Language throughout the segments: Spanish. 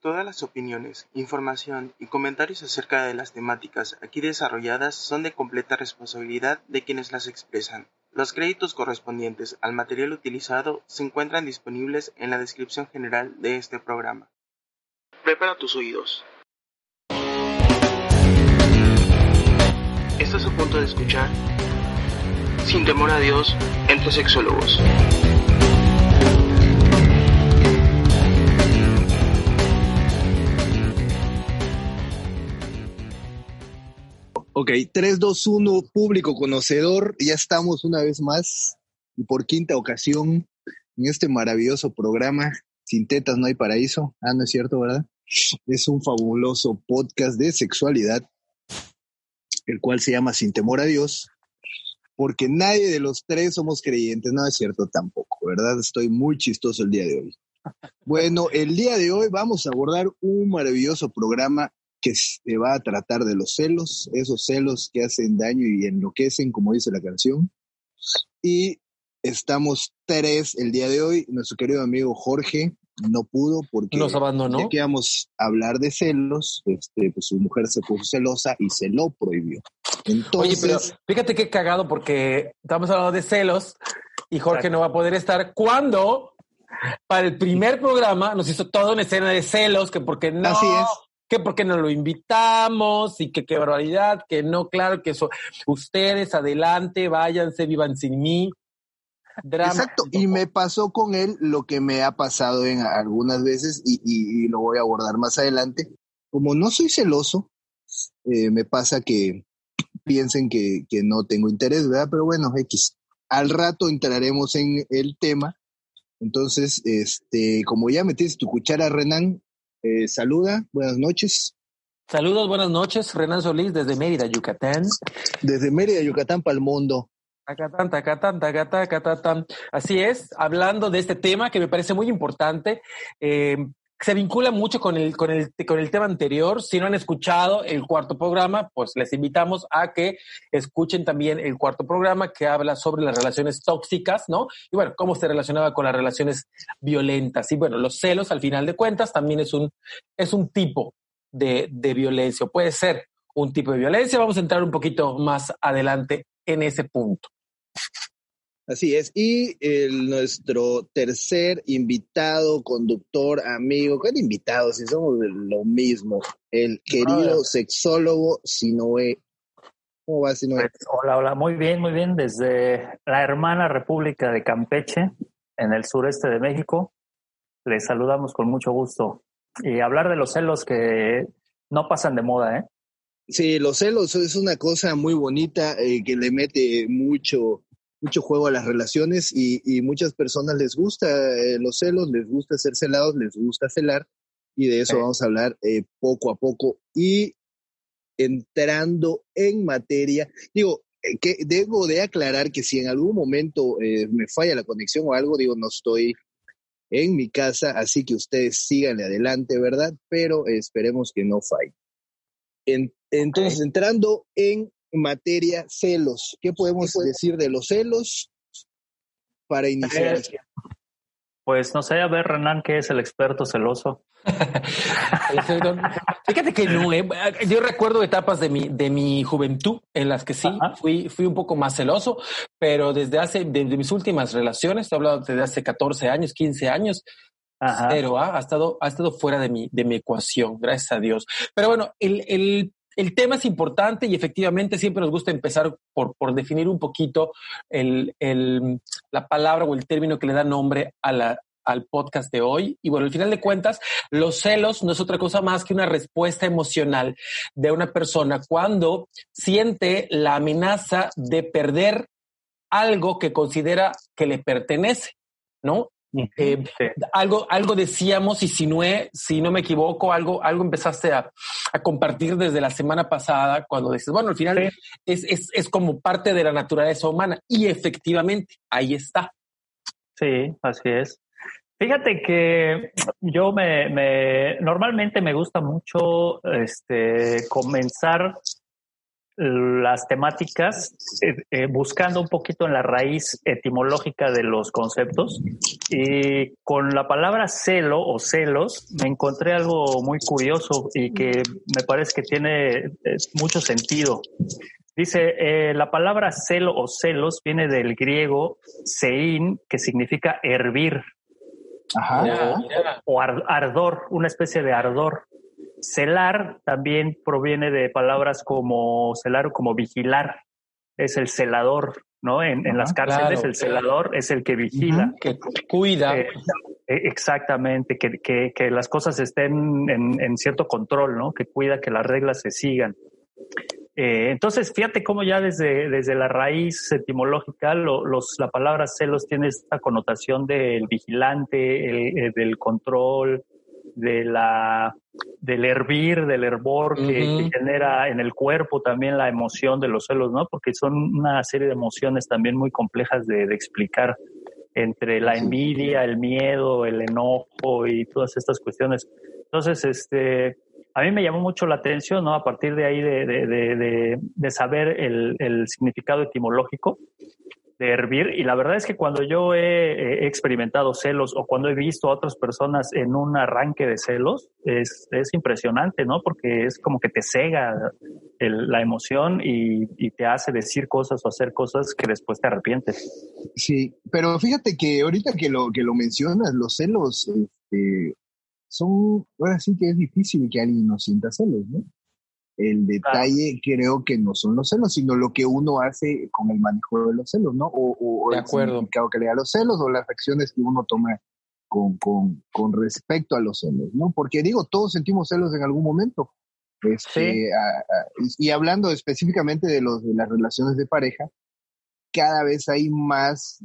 Todas las opiniones, información y comentarios acerca de las temáticas aquí desarrolladas son de completa responsabilidad de quienes las expresan. Los créditos correspondientes al material utilizado se encuentran disponibles en la descripción general de este programa. Prepara tus oídos. Estás a punto de escuchar Sin temor a Dios entre sexólogos. Ok, 3, 2, 1, público conocedor, ya estamos una vez más y por quinta ocasión en este maravilloso programa, Sin tetas no hay paraíso. No es cierto, ¿verdad? Es un fabuloso podcast de sexualidad, el cual se llama Sin temor a Dios, porque nadie de los tres somos creyentes. No es cierto tampoco, ¿verdad? Estoy muy chistoso el día de hoy. Bueno, el día de hoy vamos a abordar un maravilloso programa que se va a tratar de los celos, esos celos que hacen daño y enloquecen, como dice la canción. Y estamos tres el día de hoy. Nuestro querido amigo Jorge no pudo porque nos abandonó. Ya que íbamos a hablar de celos, pues su mujer se puso celosa y se lo prohibió. Entonces, oye, pero fíjate qué cagado, porque estamos hablando de celos y Jorge no va a poder estar cuando para el primer programa nos hizo toda una escena de celos, que porque no, así es, que porque no lo invitamos y que qué barbaridad, que no, claro que eso, ustedes adelante, váyanse, vivan sin mí. Drama. Exacto, y me pasó con él lo que me ha pasado en algunas veces y lo voy a abordar más adelante. Como no soy celoso, me pasa que piensen que no tengo interés, ¿verdad? Pero bueno, X. Al rato entraremos en el tema. Entonces, como ya metiste tu cuchara, Renan, saluda, buenas noches. Saludos, buenas noches, Renan Solís desde Mérida, Yucatán. Desde Mérida, Yucatán para el mundo. Tacatán, tacatán, tacatán, tacatán. Así es, hablando de este tema que me parece muy importante, se vincula mucho con el tema anterior. Si no han escuchado el cuarto programa, pues les invitamos a que escuchen también el cuarto programa que habla sobre las relaciones tóxicas, ¿no? Y bueno, cómo se relacionaba con las relaciones violentas. Y bueno, los celos, al final de cuentas, también es un tipo de violencia, o puede ser un tipo de violencia. Vamos a entrar un poquito más adelante en ese punto. Así es, y nuestro tercer invitado, conductor, amigo, ¿cuál invitado? Si somos lo mismo, el querido sexólogo Sinoé. ¿Cómo va, Sinoé? Pues, hola, muy bien, desde la hermana República de Campeche, en el sureste de México. Les saludamos con mucho gusto. Y hablar de los celos que no pasan de moda, ¿eh? Sí, los celos es una cosa muy bonita que le mete mucho juego a las relaciones y muchas personas les gusta los celos, les gusta ser celados, les gusta celar, y de eso vamos a hablar poco a poco. Y entrando en materia, que debo de aclarar que si en algún momento me falla la conexión o algo, no estoy en mi casa, así que ustedes síganle adelante, ¿verdad? Pero esperemos que no falle. Entonces, entrando en materia, celos. ¿Qué podemos decir de los celos para iniciar? Pues no sé, a ver, Renan, ¿qué es el experto celoso? Fíjate que no, yo recuerdo etapas de mi juventud en las que sí fui un poco más celoso, pero desde mis últimas relaciones, he hablado desde hace 14 años, 15 años, pero ha estado fuera de mi ecuación, gracias a Dios. Pero bueno, el tema es importante y efectivamente siempre nos gusta empezar por definir un poquito la palabra o el término que le da nombre al podcast de hoy. Y bueno, al final de cuentas, los celos no es otra cosa más que una respuesta emocional de una persona cuando siente la amenaza de perder algo que considera que le pertenece, ¿no? Sí. Algo decíamos, y si no me equivoco, algo empezaste a compartir desde la semana pasada, cuando dices, bueno, al final es como parte de la naturaleza humana, y efectivamente, ahí está. Sí, así es. Fíjate que yo normalmente me gusta mucho comenzar las temáticas buscando un poquito en la raíz etimológica de los conceptos, y con la palabra celo o celos me encontré algo muy curioso y que me parece que tiene mucho sentido. Dice, la palabra celo o celos viene del griego sein, que significa hervir. Ajá. O ardor, una especie de ardor. Celar también proviene de palabras como celar o como vigilar. Es el celador, ¿no? En las cárceles, claro, el celador es el que vigila. Que cuida. Exactamente, que las cosas estén en cierto control, ¿no? Que cuida que las reglas se sigan. Entonces, fíjate cómo ya desde la raíz etimológica la palabra celos tiene esta connotación del vigilante, del control, del hervir, del hervor que genera en el cuerpo también la emoción de los celos, ¿no? Porque son una serie de emociones también muy complejas de explicar, entre la envidia, el miedo, el enojo y todas estas cuestiones. Entonces, a mí me llamó mucho la atención, ¿no? A partir de ahí de saber el significado etimológico de hervir. Y la verdad es que cuando yo he experimentado celos o cuando he visto a otras personas en un arranque de celos, es impresionante, ¿no? Porque es como que te cega la emoción y te hace decir cosas o hacer cosas que después te arrepientes. Sí, pero fíjate que ahorita que lo mencionas, los celos ahora sí que es difícil que alguien no sienta celos, ¿no? El detalle creo que no son los celos, sino lo que uno hace con el manejo de los celos, ¿no? O el significado que le da a los celos, o las acciones que uno toma con respecto a los celos, ¿no? Porque digo, todos sentimos celos en algún momento. Sí. Y hablando específicamente de las relaciones de pareja, cada vez hay más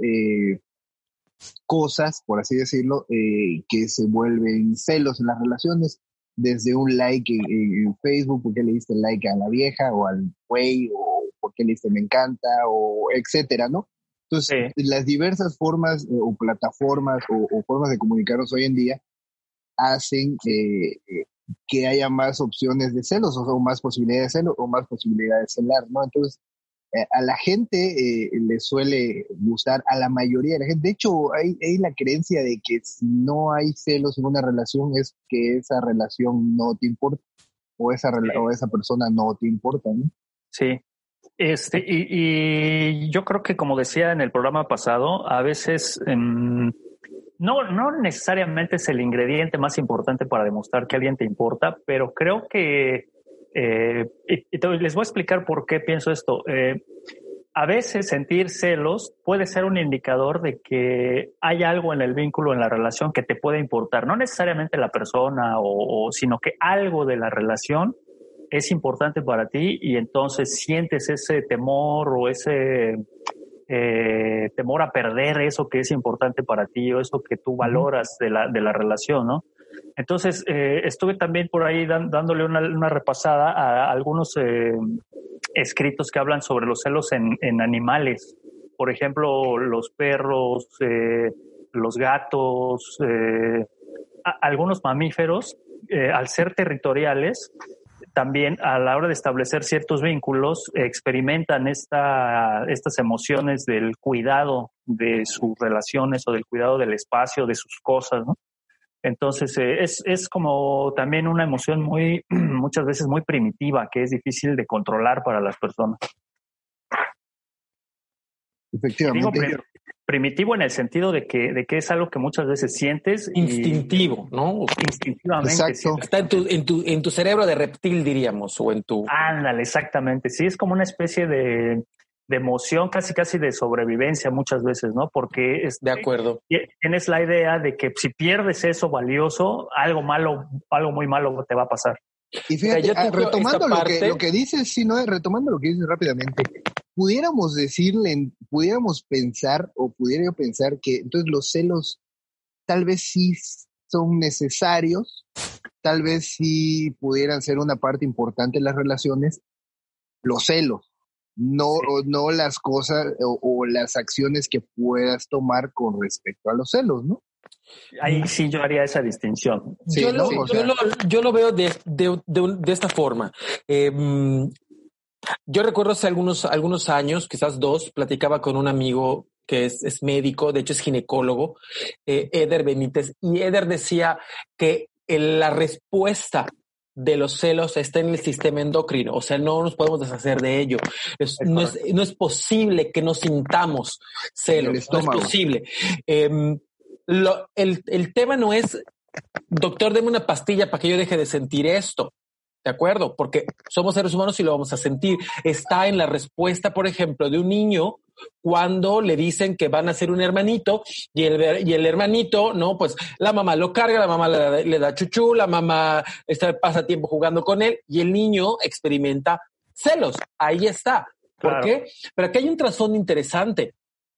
cosas, por así decirlo, que se vuelven celos en las relaciones, desde un like en Facebook, porque le diste like a la vieja o al güey, o porque le diste me encanta, o etcétera, ¿no? Entonces, las diversas formas o plataformas o formas de comunicarnos hoy en día hacen que haya más opciones de celos, o más posibilidades de celos, o más posibilidades de celar, ¿no? Entonces, a la gente le suele gustar, a la mayoría de la gente. De hecho, hay la creencia de que si no hay celos en una relación es que esa relación no te importa, o esa persona no te importa, ¿no? Sí. Y yo creo que, como decía en el programa pasado, a veces no necesariamente es el ingrediente más importante para demostrar que alguien te importa, pero creo que les voy a explicar por qué pienso esto. A veces sentir celos puede ser un indicador de que hay algo en el vínculo, en la relación, que te puede importar. No necesariamente la persona, sino que algo de la relación es importante para ti, y entonces sientes ese temor o ese temor a perder eso que es importante para ti, o eso que tú valoras de la relación, ¿no? Entonces, estuve también por ahí dándole una repasada a algunos escritos que hablan sobre los celos en animales. Por ejemplo, los perros, los gatos, algunos mamíferos, al ser territoriales, también a la hora de establecer ciertos vínculos, experimentan estas emociones del cuidado de sus relaciones o del cuidado del espacio, de sus cosas, ¿no? Entonces, es como también una emoción muchas veces muy primitiva, que es difícil de controlar para las personas. Efectivamente. Digo, primitivo en el sentido de que es algo que muchas veces sientes. Instintivo, ¿no? Instintivamente. Exacto. Sí. Está en tu cerebro de reptil, diríamos, o en tu... Ándale, exactamente. Sí, es como una especie de emoción, casi de sobrevivencia muchas veces, ¿no? Porque de acuerdo. Tienes la idea de que si pierdes eso valioso, algo muy malo te va a pasar. Y fíjate, retomando lo que dices, sí, ¿no? Retomando lo que dices rápidamente, pudiéramos pensar, o pudiera yo pensar que entonces los celos tal vez sí son necesarios, tal vez sí pudieran ser una parte importante de las relaciones, los celos, no las cosas o las acciones que puedas tomar con respecto a los celos, ¿no? Ahí sí yo haría esa distinción. Sí, yo lo veo de esta forma. Yo recuerdo hace algunos años, quizás 2, platicaba con un amigo que es médico, de hecho es ginecólogo, Eder Benítez, y Eder decía que la respuesta de los celos está en el sistema endocrino, o sea, no nos podemos deshacer de ello. No es posible que no sintamos celos, no es posible. El tema no es, doctor, deme una pastilla para que yo deje de sentir esto. ¿De acuerdo? Porque somos seres humanos y lo vamos a sentir. Está en la respuesta, por ejemplo, de un niño cuando le dicen que van a hacer un hermanito y el hermanito, ¿no? Pues la mamá lo carga, la mamá le da chuchú, la mamá pasa tiempo jugando con él y el niño experimenta celos. Ahí está. ¿Por qué? Pero aquí hay un trasfondo interesante.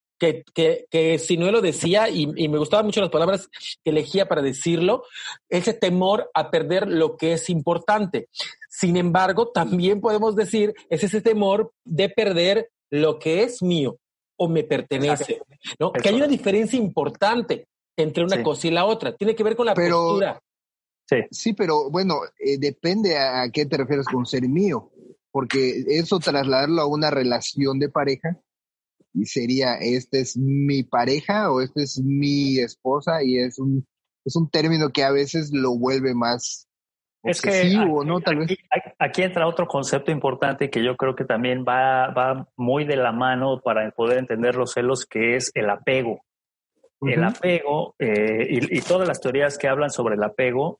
Que si no lo decía, y me gustaban mucho las palabras que elegía para decirlo, ese temor a perder lo que es importante. Sin embargo, también podemos decir, es ese temor de perder lo que es mío o me pertenece, ¿no? Que hay una diferencia importante entre una cosa y la otra. Tiene que ver con la postura. Sí, pero bueno, depende a qué te refieres con ser mío, porque eso trasladarlo a una relación de pareja, y sería, esta es mi pareja o esta es mi esposa, y es un término que a veces lo vuelve más obsesivo, ¿no? Tal vez. Aquí entra otro concepto importante que yo creo que también va muy de la mano para poder entender los celos, que es el apego. Uh-huh. El apego, y todas las teorías que hablan sobre el apego,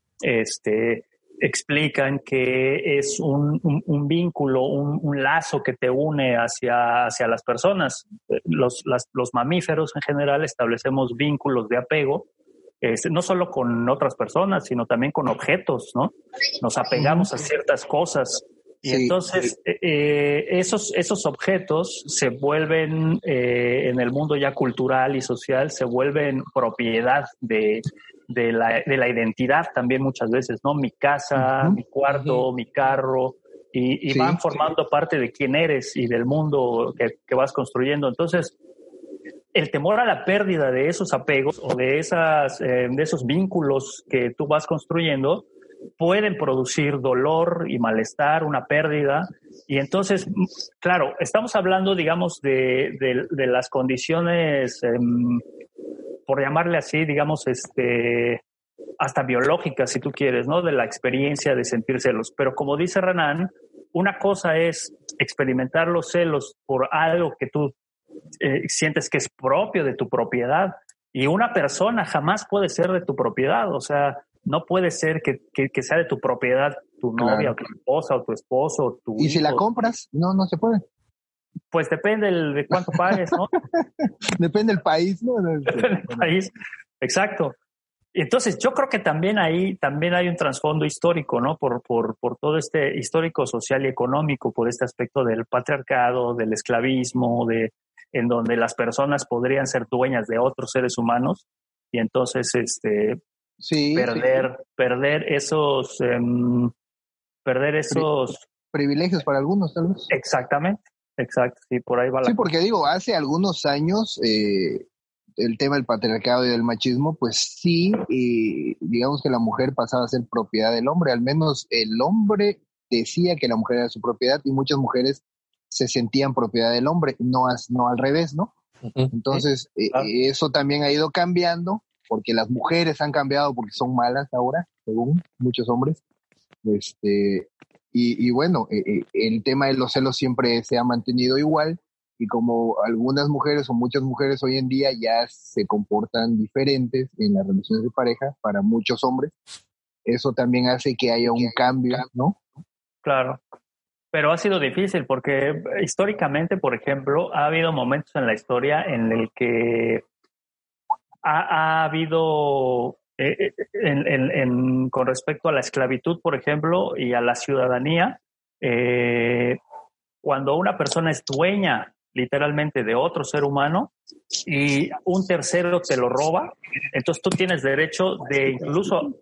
explican que es un vínculo, un lazo que te une hacia las personas. Los mamíferos en general establecemos vínculos de apego, no solo con otras personas, sino también con objetos, ¿no? Nos apegamos a ciertas cosas. Y entonces esos objetos se vuelven, en el mundo ya cultural y social, se vuelven propiedad de la identidad también muchas veces, ¿no? Mi casa, mi cuarto, mi carro, y van formando parte de quién eres y del mundo que vas construyendo. Entonces, el temor a la pérdida de esos apegos o de esos vínculos que tú vas construyendo pueden producir dolor y malestar, una pérdida. Y entonces, claro, estamos hablando, digamos, de las condiciones, por llamarle así, digamos, hasta biológicas, si tú quieres, ¿no? De la experiencia de sentir celos. Pero como dice Renan, una cosa es experimentar los celos por algo que tú sientes que es propio de tu propiedad, y una persona jamás puede ser de tu propiedad. O sea, no puede ser que sea de tu propiedad tu novia, o tu esposa, o tu esposo, o tu ¿Y hijo? Si la compras? No se puede. Pues depende de cuánto pagues, ¿no? Depende del país, ¿no? Depende del país, exacto. Entonces, yo creo que también hay un trasfondo histórico, ¿no? Por todo este histórico, social y económico, por este aspecto del patriarcado, del esclavismo, en donde las personas podrían ser dueñas de otros seres humanos, y entonces perder esos privilegios para algunos, tal vez. Exactamente, exacto, sí, por ahí va la cosa. Porque digo, hace algunos años el tema del patriarcado y del machismo, pues sí, digamos que la mujer pasaba a ser propiedad del hombre. Al menos el hombre decía que la mujer era su propiedad, y muchas mujeres se sentían propiedad del hombre, no al revés, ¿no? Entonces, eso también ha ido cambiando, porque las mujeres han cambiado porque son malas ahora, según muchos hombres. Y bueno, el tema de los celos siempre se ha mantenido igual, y como algunas mujeres o muchas mujeres hoy en día ya se comportan diferentes en las relaciones de pareja para muchos hombres, eso también hace que haya un cambio, ¿no? Claro. Pero ha sido difícil porque históricamente, por ejemplo, ha habido momentos en la historia en el que ha habido, con respecto a la esclavitud, por ejemplo, y a la ciudadanía, cuando una persona es dueña literalmente de otro ser humano y un tercero te lo roba, entonces tú tienes derecho de incluso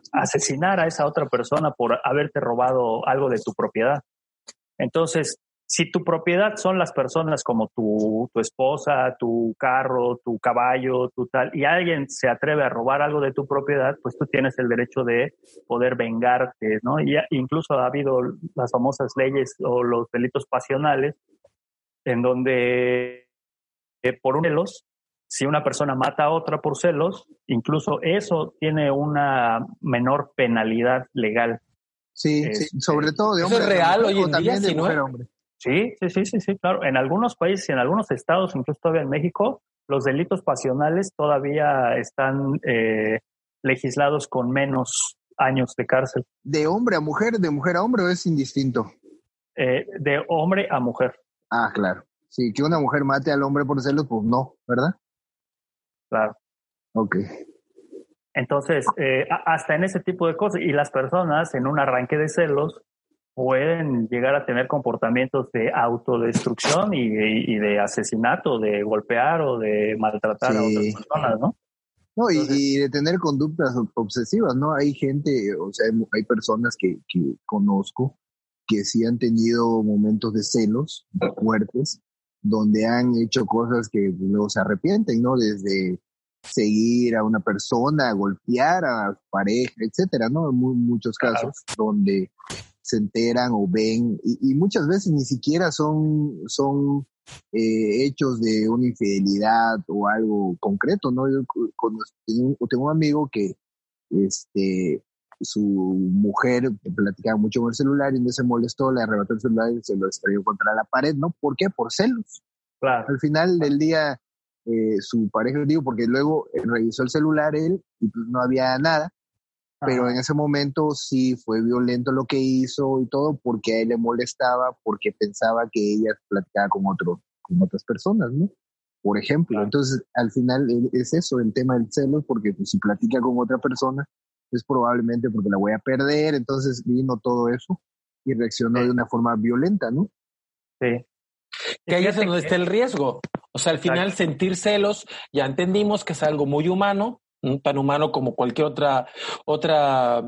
asesinar a esa otra persona por haberte robado algo de tu propiedad. Entonces, si tu propiedad son las personas como tu esposa, tu carro, tu caballo, tu tal, y alguien se atreve a robar algo de tu propiedad, pues tú tienes el derecho de poder vengarte, ¿no? Y incluso ha habido las famosas leyes o los delitos pasionales en donde por un celos, si una persona mata a otra por celos, incluso eso tiene una menor penalidad legal. Sí, sobre todo de ¿Eso hombre es real hoy o en día, también de si no mujer es? a hombre. Sí, claro. En algunos países y en algunos estados, incluso todavía en México, los delitos pasionales todavía están legislados con menos años de cárcel. ¿De hombre a mujer, de mujer a hombre o es indistinto? De hombre a mujer. Ah, claro. Sí, que una mujer mate al hombre por celos, pues no, ¿verdad? Claro. Ok. Entonces, hasta en ese tipo de cosas, y las personas en un arranque de celos pueden llegar a tener comportamientos de autodestrucción y de asesinato, de golpear o de maltratar a otras personas, ¿no? No, Entonces, y de tener conductas obsesivas, ¿no? Hay gente, o sea, hay personas que conozco que sí han tenido momentos de celos fuertes, donde han hecho cosas que luego se arrepienten, ¿no? Desde seguir a una persona, golpear a su pareja, etcétera, ¿no? En muchos casos donde se enteran o ven, y muchas veces ni siquiera son hechos de una infidelidad o algo concreto, ¿no? Yo tengo un amigo que su mujer platicaba mucho con el celular y un día se molestó, le arrebató el celular y se lo estrelló contra la pared, ¿no? ¿Por qué? Por celos. claro. Al final del día, su pareja, digo, porque luego revisó el celular él y pues no había nada, pero en ese momento sí fue violento lo que hizo y todo porque a él le molestaba, porque pensaba que ella platicaba con otras personas, ¿no? Por ejemplo, Claro. Entonces al final es eso, el tema del celos, porque pues, si platica con otra persona es probablemente porque la voy a perder, entonces vino todo eso y reaccionó de una forma violenta, ¿no? Sí. Que ahí es donde está el riesgo. O sea, al final sentir celos, ya entendimos que es algo muy humano, tan humano como cualquier otra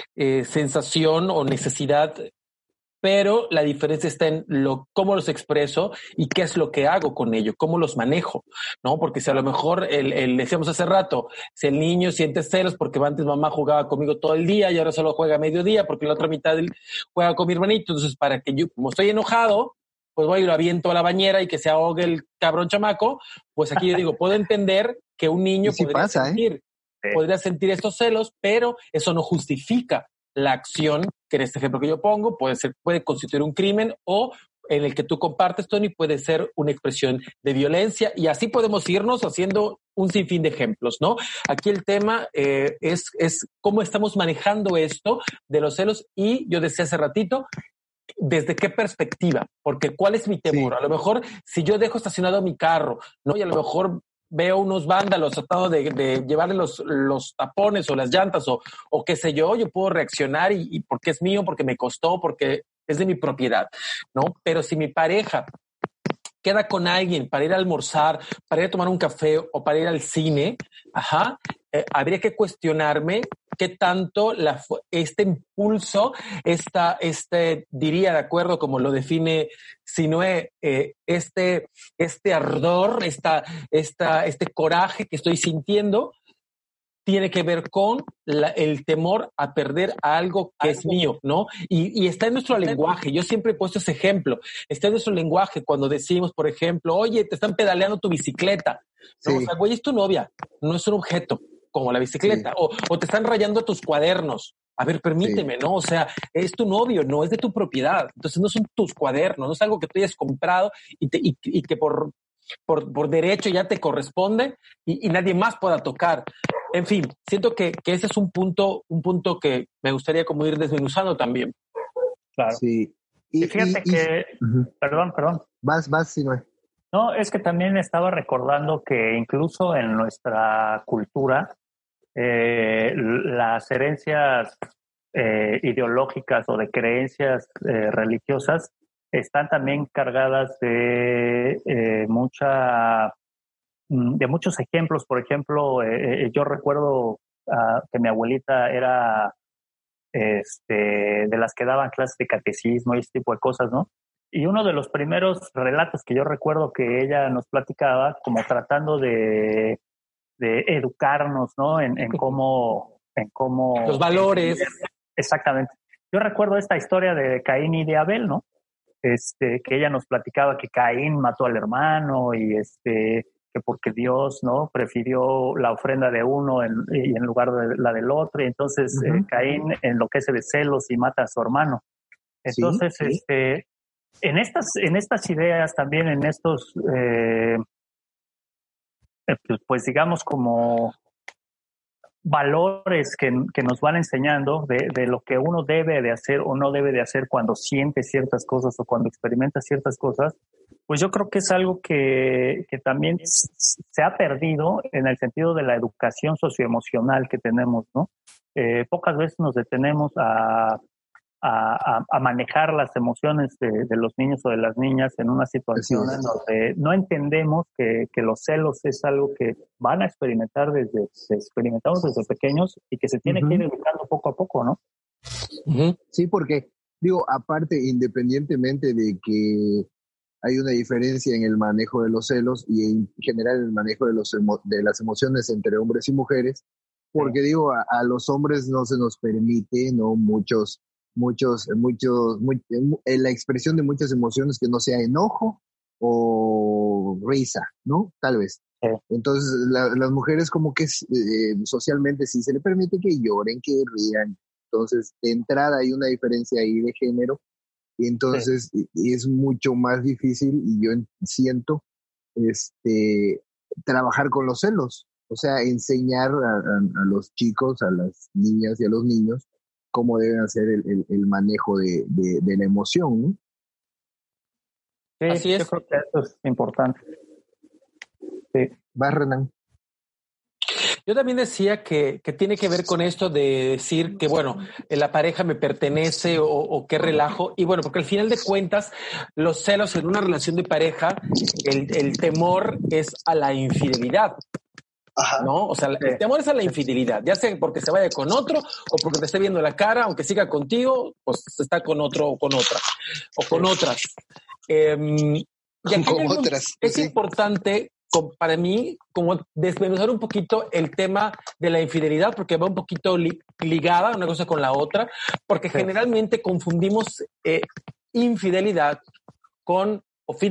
sensación o necesidad, pero la diferencia está en cómo los expreso y qué es lo que hago con ello, cómo los manejo, ¿no? Porque si a lo mejor, decíamos hace rato, si el niño siente celos porque antes mamá jugaba conmigo todo el día y ahora solo juega a mediodía porque la otra mitad juega con mi hermanito, entonces para que yo, como estoy enojado, pues voy y lo aviento a la bañera y que se ahogue el cabrón chamaco, pues aquí yo digo, puedo entender que un niño sí podría sentir estos celos, pero eso no justifica la acción, que en este ejemplo que yo pongo puede constituir un crimen, o en el que tú compartes, Tony, puede ser una expresión de violencia, y así podemos irnos haciendo un sinfín de ejemplos, ¿no? Aquí el tema es cómo estamos manejando esto de los celos, y yo decía hace ratito, ¿desde qué perspectiva? Porque ¿cuál es mi temor? Sí. A lo mejor si yo dejo estacionado mi carro, ¿no? Y a lo mejor veo unos vándalos tratando de llevarle los tapones o las llantas o qué sé yo puedo reaccionar y porque es mío, porque me costó, porque es de mi propiedad, ¿no? Pero si mi pareja queda con alguien para ir a almorzar, para ir a tomar un café o para ir al cine, habría que cuestionarme qué tanto este impulso, diría de acuerdo como lo define Sinué, este ardor, este coraje que estoy sintiendo, tiene que ver con el temor a perder algo que es mío, ¿no? Y está en nuestro lenguaje. Yo siempre he puesto ese ejemplo. Está en nuestro lenguaje cuando decimos, por ejemplo, oye, te están pedaleando tu bicicleta. ¿No? O sea, güey, es tu novia, no es un objeto como la bicicleta. O te están rayando tus cuadernos. A ver, permíteme, ¿no? O sea, es tu novio, no es de tu propiedad. Entonces no son tus cuadernos, no es algo que tú hayas comprado y que por derecho ya te corresponde y nadie más pueda tocar. En fin, siento que ese es un punto que me gustaría como ir desmenuzando también. Claro. Sí. Y fíjate que, perdón. Vas, Sinué. No, es que también estaba recordando que incluso en nuestra cultura, las herencias ideológicas o de creencias religiosas están también cargadas de muchos ejemplos. Por ejemplo, yo recuerdo que mi abuelita era de las que daban clases de catecismo y ese tipo de cosas, ¿no? Y uno de los primeros relatos que yo recuerdo que ella nos platicaba, como tratando de educarnos, ¿no? En cómo los valores. Exactamente. Yo recuerdo esta historia de Caín y de Abel, ¿no? Que ella nos platicaba que Caín mató al hermano y que porque Dios, ¿no? Prefirió la ofrenda de uno en lugar de la del otro, y entonces Caín enloquece de celos y mata a su hermano. Entonces, sí. En estas ideas también, en estos, pues digamos como valores que nos van enseñando de lo que uno debe de hacer o no debe de hacer cuando siente ciertas cosas o cuando experimenta ciertas cosas, pues yo creo que es algo que también se ha perdido en el sentido de la educación socioemocional que tenemos, ¿no? Pocas veces nos detenemos a manejar las emociones de los niños o de las niñas en una situación en donde no entendemos que los celos es algo que van a experimentamos desde pequeños y que se tiene que ir educando poco a poco, ¿no? Sí, porque, digo, aparte, independientemente de que hay una diferencia en el manejo de los celos y en general el manejo de las emociones entre hombres y mujeres, porque digo, a los hombres no se nos permite, ¿no? La expresión de muchas emociones que no sea enojo o risa, ¿no? Tal vez. Sí. Entonces, las mujeres como que socialmente sí se le permite que lloren, que rían. Entonces, de entrada hay una diferencia ahí de género. Y entonces es mucho más difícil, y yo siento, trabajar con los celos. O sea, enseñar a los chicos, a las niñas y a los niños cómo deben hacer el manejo de la emoción, ¿no? Sí, así es. Yo creo que eso es importante. Sí. Va, Renan. Yo también decía que tiene que ver con esto de decir que, bueno, la pareja me pertenece o qué relajo. Y bueno, porque al final de cuentas, los celos en una relación de pareja, el temor es a la infidelidad. Ajá. ¿No? O sea, el temor es a la infidelidad, ya sea porque se vaya con otro o porque te esté viendo la cara, aunque siga contigo, pues está con otro o con otra o con otras. Y aquí con otras. Es importante para mí como desmenuzar un poquito el tema de la infidelidad, porque va un poquito ligada una cosa con la otra, porque generalmente confundimos fidelidad con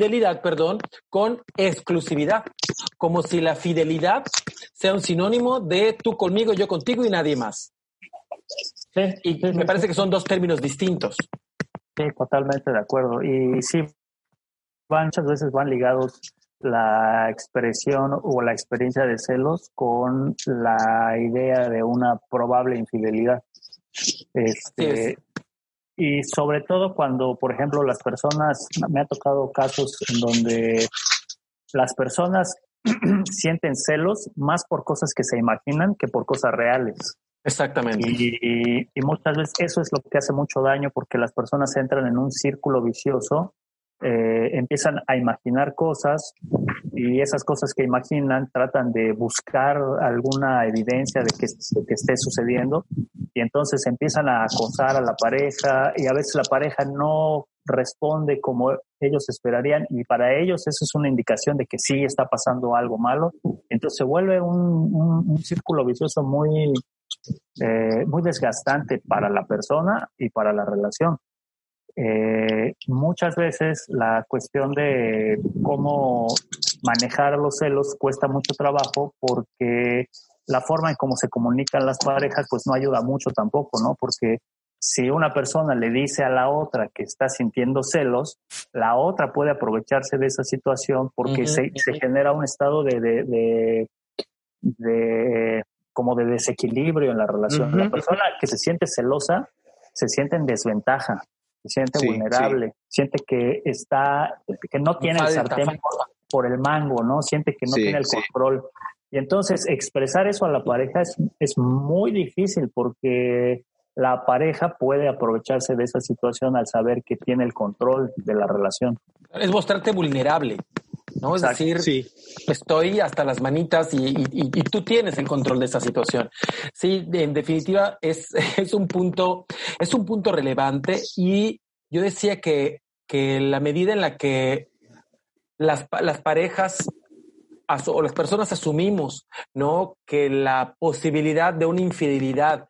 exclusividad, como si la fidelidad sea un sinónimo de tú conmigo, yo contigo y nadie más. Y me parece que son dos términos distintos. Sí, totalmente de acuerdo. Y sí, muchas veces van ligados la expresión o la experiencia de celos con la idea de una probable infidelidad. Y sobre todo cuando, por ejemplo, me ha tocado casos en donde las personas sienten celos más por cosas que se imaginan que por cosas reales. Exactamente. Y muchas veces eso es lo que hace mucho daño, porque las personas entran en un círculo vicioso, empiezan a imaginar cosas, y esas cosas que imaginan tratan de buscar alguna evidencia de que esté sucediendo, y entonces empiezan a acosar a la pareja, y a veces la pareja no responde como ellos esperarían, y para ellos eso es una indicación de que sí está pasando algo malo. Entonces se vuelve un círculo vicioso muy desgastante para la persona y para la relación. Muchas veces la cuestión de cómo manejar los celos cuesta mucho trabajo, porque la forma en cómo se comunican las parejas pues no ayuda mucho tampoco, ¿no? Porque si una persona le dice a la otra que está sintiendo celos, la otra puede aprovecharse de esa situación, porque se genera un estado de como de desequilibrio en la relación. La persona que se siente celosa se siente en desventaja, se siente vulnerable, siente que no tiene el sartén por el mango, ¿no? Siente que no tiene el control. Y entonces expresar eso a la pareja es muy difícil, porque la pareja puede aprovecharse de esa situación al saber que tiene el control de la relación. Es mostrarte vulnerable, ¿no? Exacto. Es decir, estoy hasta las manitas y tú tienes el control de esta situación. Sí, en definitiva es un punto relevante, y yo decía que que la medida en la que las parejas o las personas asumimos, ¿no?, que la posibilidad de una infidelidad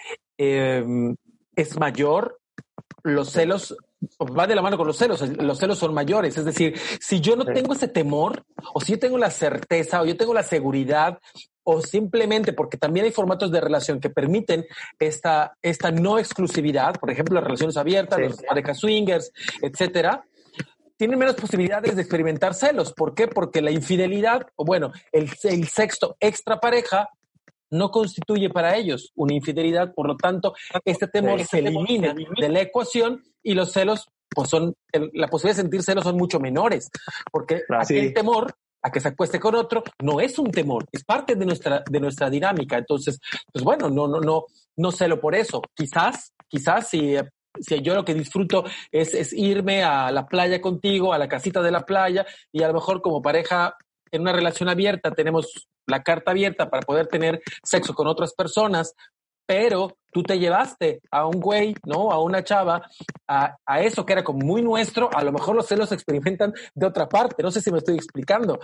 es mayor, los celos va de la mano con los celos son mayores. Es decir, si yo no tengo ese temor, o si yo tengo la certeza, o yo tengo la seguridad, o simplemente porque también hay formatos de relación que permiten esta no exclusividad, por ejemplo, las relaciones abiertas, las parejas swingers, etcétera, tienen menos posibilidades de experimentar celos. ¿Por qué? Porque la infidelidad, o bueno, el sexo extra pareja no constituye para ellos una infidelidad, por lo tanto, este temor se elimina de la ecuación y los celos, pues la posibilidad de sentir celos son mucho menores, porque el temor a que se acueste con otro no es un temor, es parte de nuestra dinámica. Entonces, pues bueno, no celo por eso. Quizás si yo lo que disfruto es irme a la playa contigo, a la casita de la playa, y a lo mejor como pareja en una relación abierta tenemos la carta abierta para poder tener sexo con otras personas, pero tú te llevaste a un güey, ¿no?, a una chava, a eso que era como muy nuestro. A lo mejor los celos se experimentan de otra parte. No sé si me estoy explicando.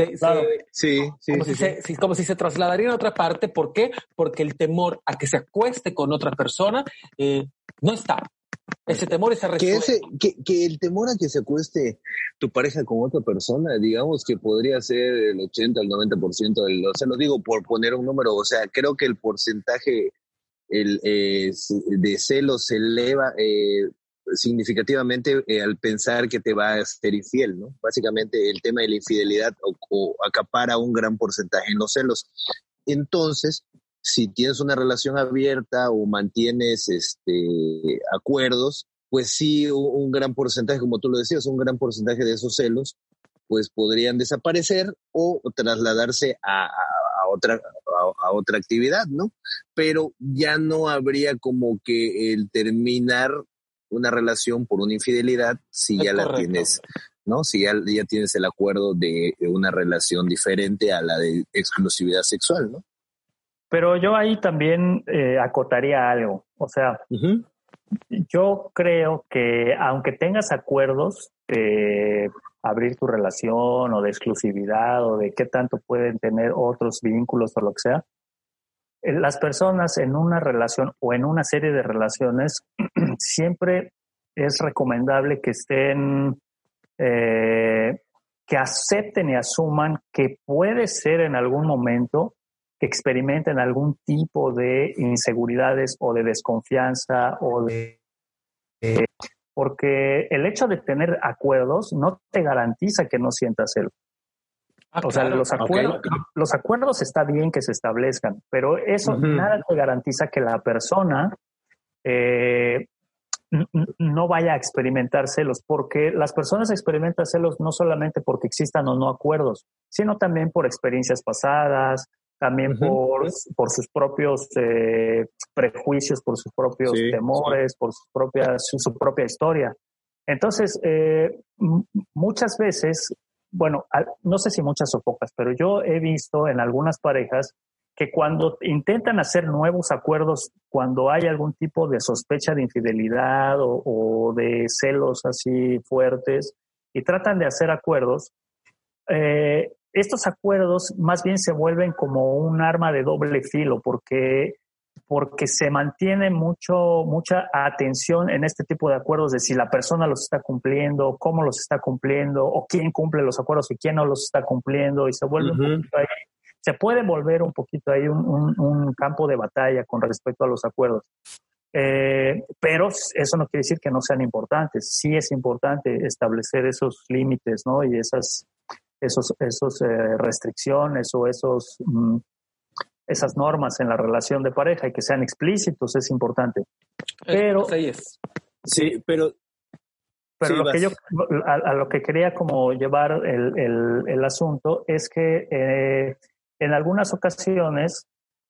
Como si se trasladarían a otra parte. ¿Por qué? Porque el temor a que se acueste con otra persona no está. Ese temor, esa respuesta. Que el temor a que se acueste tu pareja con otra persona, digamos que podría ser el 80 al 90% o sea, lo digo por poner un número, o sea, creo que el porcentaje de celos se eleva significativamente al pensar que te va a ser infiel, ¿no? Básicamente el tema de la infidelidad o acapara un gran porcentaje en los celos. Entonces, si tienes una relación abierta o mantienes acuerdos, pues sí, un gran porcentaje, como tú lo decías, un gran porcentaje de esos celos pues podrían desaparecer o trasladarse a otra actividad, ¿no? Pero ya no habría como que el terminar una relación por una infidelidad si ya la tienes, ¿no? Si ya tienes el acuerdo de una relación diferente a la de exclusividad sexual, ¿no? Pero yo ahí también acotaría algo. O sea, yo creo que aunque tengas acuerdos de abrir tu relación o de exclusividad o de qué tanto pueden tener otros vínculos o lo que sea, las personas en una relación o en una serie de relaciones siempre es recomendable que estén, que acepten y asuman que puede ser en algún momento que experimenten algún tipo de inseguridades o de desconfianza porque el hecho de tener acuerdos no te garantiza que no sientas celos. O sea, los acuerdos está bien que se establezcan, pero eso nada te garantiza que la persona no vaya a experimentar celos, porque las personas experimentan celos no solamente porque existan o no acuerdos, sino también por experiencias pasadas, también por sus propios prejuicios, por sus propios temores, por su propia historia. Entonces, muchas veces, bueno, no sé si muchas o pocas, pero yo he visto en algunas parejas que cuando intentan hacer nuevos acuerdos, cuando hay algún tipo de sospecha de infidelidad o de celos así fuertes y tratan de hacer acuerdos, estos acuerdos más bien se vuelven como un arma de doble filo porque se mantiene mucha atención en este tipo de acuerdos de si la persona los está cumpliendo, cómo los está cumpliendo o quién cumple los acuerdos y quién no los está cumpliendo, y se vuelve un poquito ahí, se puede volver un poquito ahí un campo de batalla con respecto a los acuerdos. Pero eso no quiere decir que no sean importantes. Sí es importante establecer esos límites, ¿no? Y esas restricciones o esas normas en la relación de pareja y que sean explícitos es importante. Pero sí, pero lo que yo a lo que quería como llevar el asunto es que en algunas ocasiones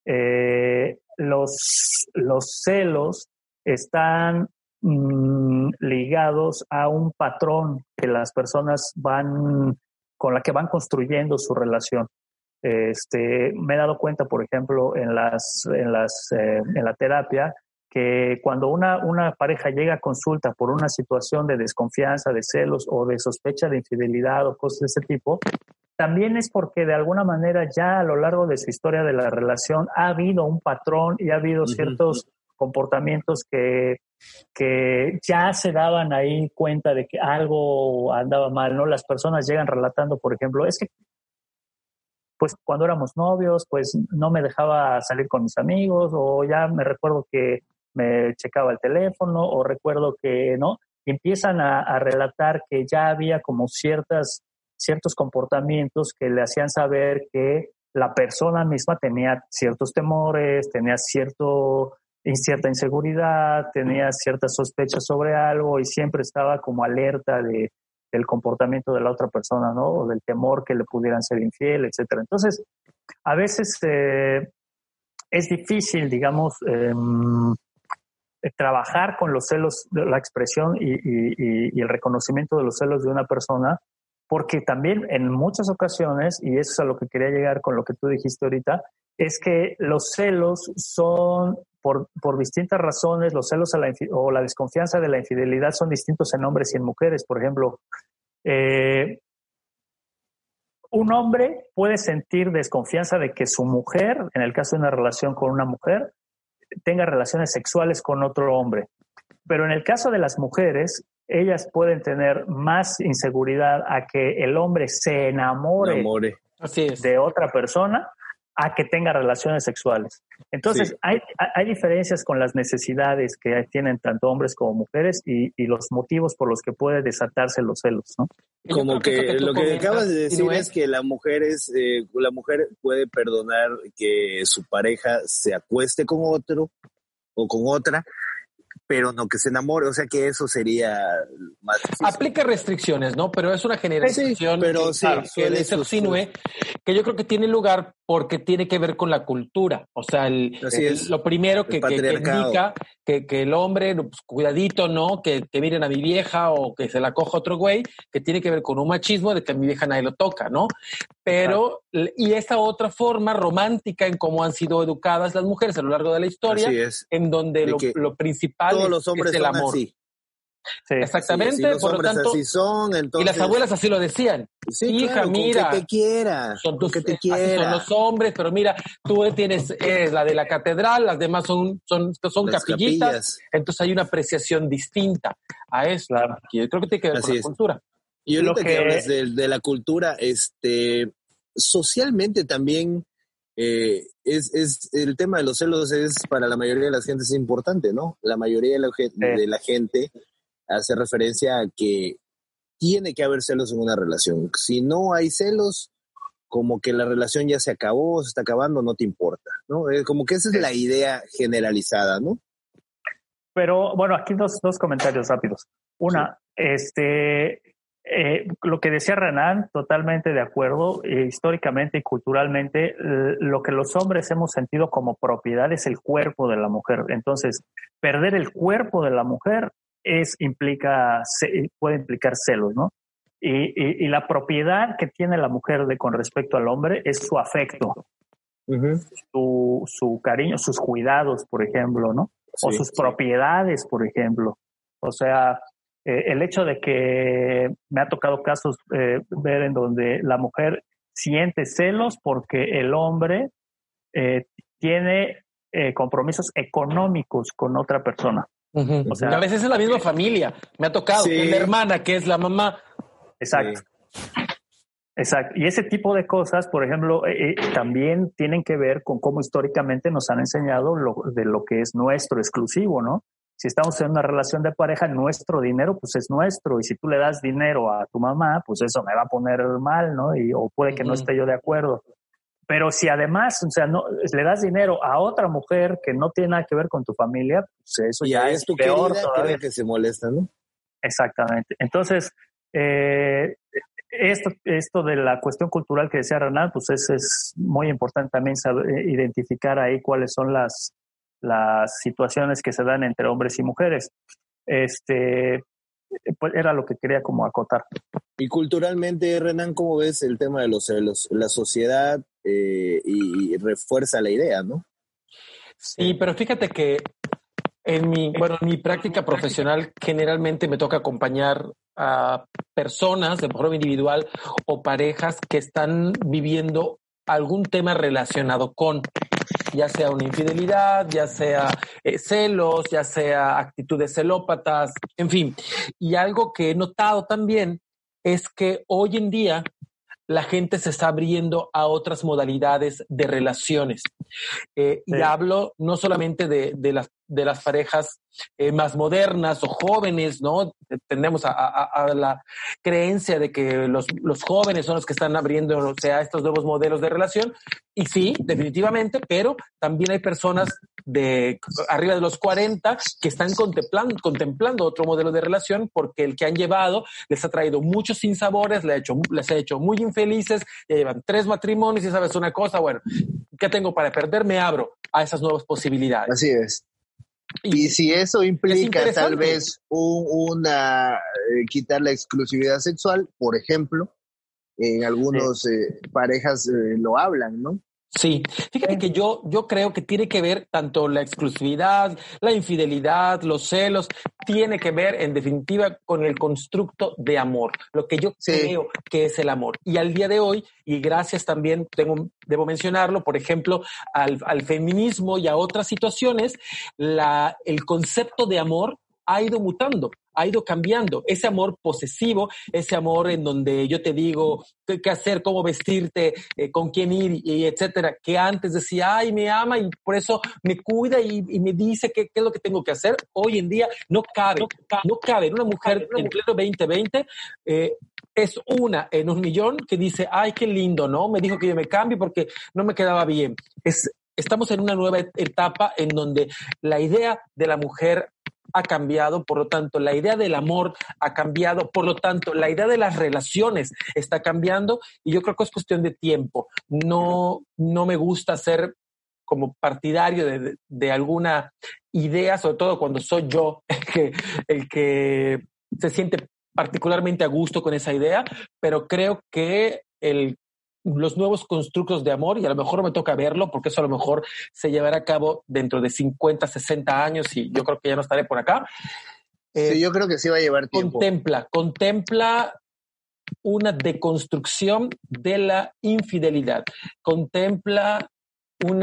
los celos están ligados a un patrón que las personas con la que van construyendo su relación. Me he dado cuenta, por ejemplo, en la terapia, que cuando una pareja llega a consulta por una situación de desconfianza, de celos o de sospecha de infidelidad o cosas de ese tipo, también es porque de alguna manera ya a lo largo de su historia de la relación ha habido un patrón y ha habido ciertos comportamientos que ya se daban ahí cuenta de que algo andaba mal, ¿no? Las personas llegan relatando, por ejemplo, es que pues cuando éramos novios, pues no me dejaba salir con mis amigos, o ya me recuerdo que me checaba el teléfono, o recuerdo que, ¿no? Y empiezan a relatar que ya había como ciertos comportamientos que le hacían saber que la persona misma tenía ciertos temores, tenía cierta inseguridad, tenía ciertas sospechas sobre algo y siempre estaba como alerta del comportamiento de la otra persona, ¿no? O del temor que le pudieran ser infiel, etcétera. Entonces, a veces es difícil, digamos, trabajar con los celos, la expresión y el reconocimiento de los celos de una persona, porque también en muchas ocasiones, y eso es a lo que quería llegar con lo que tú dijiste ahorita, es que los celos son, por distintas razones, los celos o la desconfianza de la infidelidad son distintos en hombres y en mujeres. Por ejemplo, un hombre puede sentir desconfianza de que su mujer, en el caso de una relación con una mujer, tenga relaciones sexuales con otro hombre. Pero en el caso de las mujeres, ellas pueden tener más inseguridad a que el hombre se enamore. Así es. De otra persona a que tenga relaciones sexuales. Entonces, sí, hay diferencias con las necesidades que tienen tanto hombres como mujeres y los motivos por los que puede desatarse los celos, ¿no? Como que lo que acabas de decir es que la mujer puede perdonar que su pareja se acueste con otro o con otra, pero no que se enamore, o sea que eso sería más difícil. Aplica restricciones, ¿no? Pero es una generación que se insinúe, que yo creo que tiene lugar porque tiene que ver con la cultura. O sea, lo primero que indica que el hombre, pues, cuidadito, ¿no? Que miren a mi vieja o que se la coja otro güey, que tiene que ver con un machismo de que a mi vieja nadie lo toca, ¿no? Pero, y esta otra forma romántica en cómo han sido educadas las mujeres a lo largo de la historia, en donde lo principal todos los hombres es el amor. Así. Sí, exactamente, los por lo tanto, así son, entonces... y las abuelas así lo decían. Sí, hija, claro, mira, que te quiera, así son los hombres, pero mira, tú eres la de la catedral, las demás son capillitas, entonces hay una apreciación distinta a eso. Claro. Yo creo que tiene que ver con la cultura. Y ahorita que hablas de la cultura, socialmente también es el tema de los celos es para la mayoría de la gente es importante, ¿no? La mayoría de la gente hace referencia a que tiene que haber celos en una relación. Si no hay celos, como que la relación ya se acabó, se está acabando, no te importa, ¿no? Como que esa es la idea generalizada, ¿no? Pero bueno, aquí dos comentarios rápidos. Una, lo que decía Renan, totalmente de acuerdo. Históricamente y culturalmente, lo que los hombres hemos sentido como propiedad es el cuerpo de la mujer. Entonces, perder el cuerpo de la mujer puede implicar celos, ¿no? Y la propiedad que tiene la mujer con respecto al hombre es su afecto, su cariño, sus cuidados, por ejemplo, ¿no? O sus propiedades, por ejemplo. O sea, el hecho de que me ha tocado casos ver en donde la mujer siente celos porque el hombre tiene compromisos económicos con otra persona. O sea, a veces es la misma familia. Me ha tocado que es la hermana, que es la mamá. Exacto. Exacto. Y ese tipo de cosas, por ejemplo, también tienen que ver con cómo históricamente nos han enseñado de lo que es nuestro exclusivo, ¿no? Si estamos en una relación de pareja, nuestro dinero, pues es nuestro. Y si tú le das dinero a tu mamá, pues eso me va a poner mal, ¿no? O puede que no esté yo de acuerdo. Pero si además, o sea, no le das dinero a otra mujer que no tiene nada que ver con tu familia, pues eso ya es tu peor querida, todavía. Que se molesta, ¿no? Exactamente. Entonces, esto de la cuestión cultural que decía Renan, pues es muy importante también saber identificar ahí cuáles son las situaciones que se dan entre hombres y mujeres. Pues era lo que quería como acotar. Y culturalmente, Renan, ¿cómo ves el tema de los celos? La sociedad y refuerza la idea, ¿no? Sí, pero fíjate que En mi práctica profesional generalmente me toca acompañar a personas de forma individual o parejas que están viviendo algún tema relacionado con, ya sea una infidelidad, ya sea celos, ya sea actitudes celópatas, en fin. Y algo que he notado también es que hoy en día la gente se está abriendo a otras modalidades de relaciones. Y hablo no solamente de las parejas más modernas o jóvenes, ¿no? Tendemos a la creencia de que los jóvenes son los que están abriéndose a estos nuevos modelos de relación. Y sí, definitivamente, pero también hay personas de arriba de los 40 que están contemplando otro modelo de relación porque el que han llevado les ha traído muchos sinsabores, les ha hecho muy infelices, ya llevan 3 matrimonios y sabes una cosa, bueno, ¿qué tengo para perder? Me abro a esas nuevas posibilidades. Así es. Y si eso implica tal vez quitar la exclusividad sexual, por ejemplo, en algunos parejas lo hablan, ¿no? Sí, fíjate que yo creo que tiene que ver tanto la exclusividad, la infidelidad, los celos, tiene que ver en definitiva con el constructo de amor, lo que yo creo que es el amor. Y al día de hoy, y gracias también, debo mencionarlo, por ejemplo, al feminismo y a otras situaciones, el concepto de amor ha ido mutando, ha ido cambiando. Ese amor posesivo, ese amor en donde yo te digo qué hacer, cómo vestirte, con quién ir, y etcétera, que antes decía, ay, me ama y por eso me cuida y me dice qué es lo que tengo que hacer. Hoy en día no cabe. En una mujer en pleno 2020, es una en 1,000,000 que dice, ay, qué lindo, ¿no? Me dijo que yo me cambie porque no me quedaba bien. Estamos en una nueva etapa en donde la idea de la mujer ha cambiado, por lo tanto, la idea del amor ha cambiado, por lo tanto, la idea de las relaciones está cambiando y yo creo que es cuestión de tiempo. No me gusta ser como partidario de alguna idea, sobre todo cuando soy yo el que se siente particularmente a gusto con esa idea, pero creo que los nuevos constructos de amor, y a lo mejor me toca verlo, porque eso a lo mejor se llevará a cabo dentro de 50, 60 años y yo creo que ya no estaré por acá. Sí, yo creo que sí va a llevar tiempo. Contempla una deconstrucción de la infidelidad, contempla un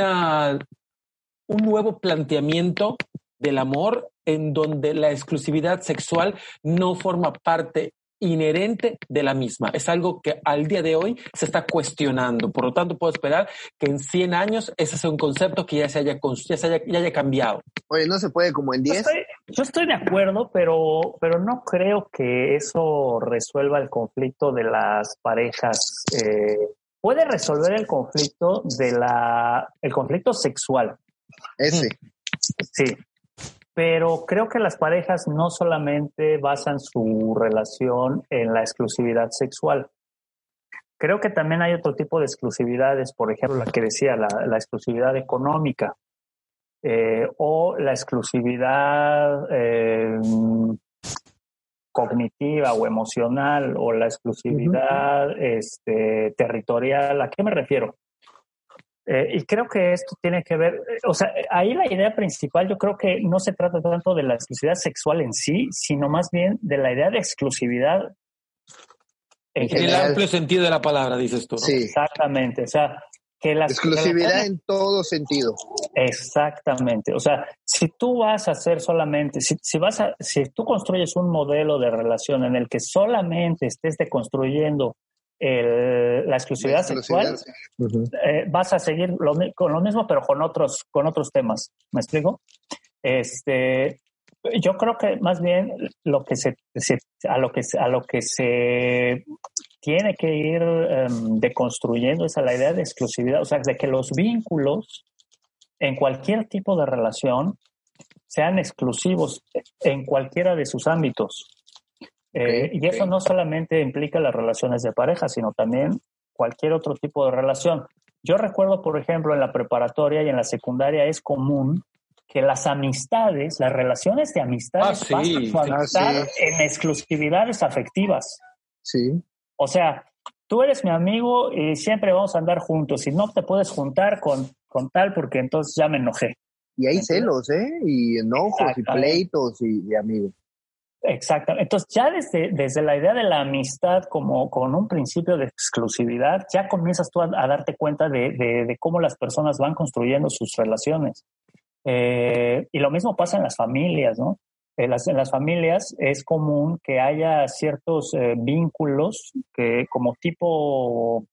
nuevo planteamiento del amor en donde la exclusividad sexual no forma parte inherente de la misma. Es algo que al día de hoy se está cuestionando. Por lo tanto, puedo esperar que en 100 años ese sea un concepto que ya haya cambiado. Oye, ¿no se puede como en 10? Yo estoy de acuerdo, pero no creo que eso resuelva el conflicto de las parejas. Puede resolver el conflicto el conflicto sexual. Ese. Sí. Pero creo que las parejas no solamente basan su relación en la exclusividad sexual. Creo que también hay otro tipo de exclusividades, por ejemplo, la que decía, la exclusividad económica, o la exclusividad cognitiva o emocional, o la exclusividad territorial. ¿A qué me refiero? Y creo que esto tiene que ver, o sea, ahí la idea principal yo creo que no se trata tanto de la exclusividad sexual en sí, sino más bien de la idea de exclusividad en el amplio sentido de la palabra, dices tú, ¿no? Sí. Exactamente, o sea, que la exclusividad en todo sentido. Exactamente, o sea, si tú vas a hacer solamente, si tú construyes un modelo de relación en el que solamente estés deconstruyendo la exclusividad sexual, vas a seguir con lo mismo, pero con otros temas. ¿Me explico? Yo creo que más bien a lo que se tiene que ir deconstruyendo es a la idea de exclusividad, o sea, de que los vínculos en cualquier tipo de relación sean exclusivos en cualquiera de sus ámbitos. Y eso no solamente implica las relaciones de pareja, sino también cualquier otro tipo de relación. Yo recuerdo, por ejemplo, en la preparatoria y en la secundaria es común que las relaciones de amistades basan su amistad en exclusividades afectivas. Sí. O sea, tú eres mi amigo y siempre vamos a andar juntos y no te puedes juntar con tal porque entonces ya me enojé. Y hay celos, y enojos y pleitos y amigos. Exactamente. Entonces, ya desde la idea de la amistad como con un principio de exclusividad, ya comienzas tú a darte cuenta de cómo las personas van construyendo sus relaciones. Y lo mismo pasa en las familias, ¿no? En las familias es común que haya ciertos vínculos que como tipo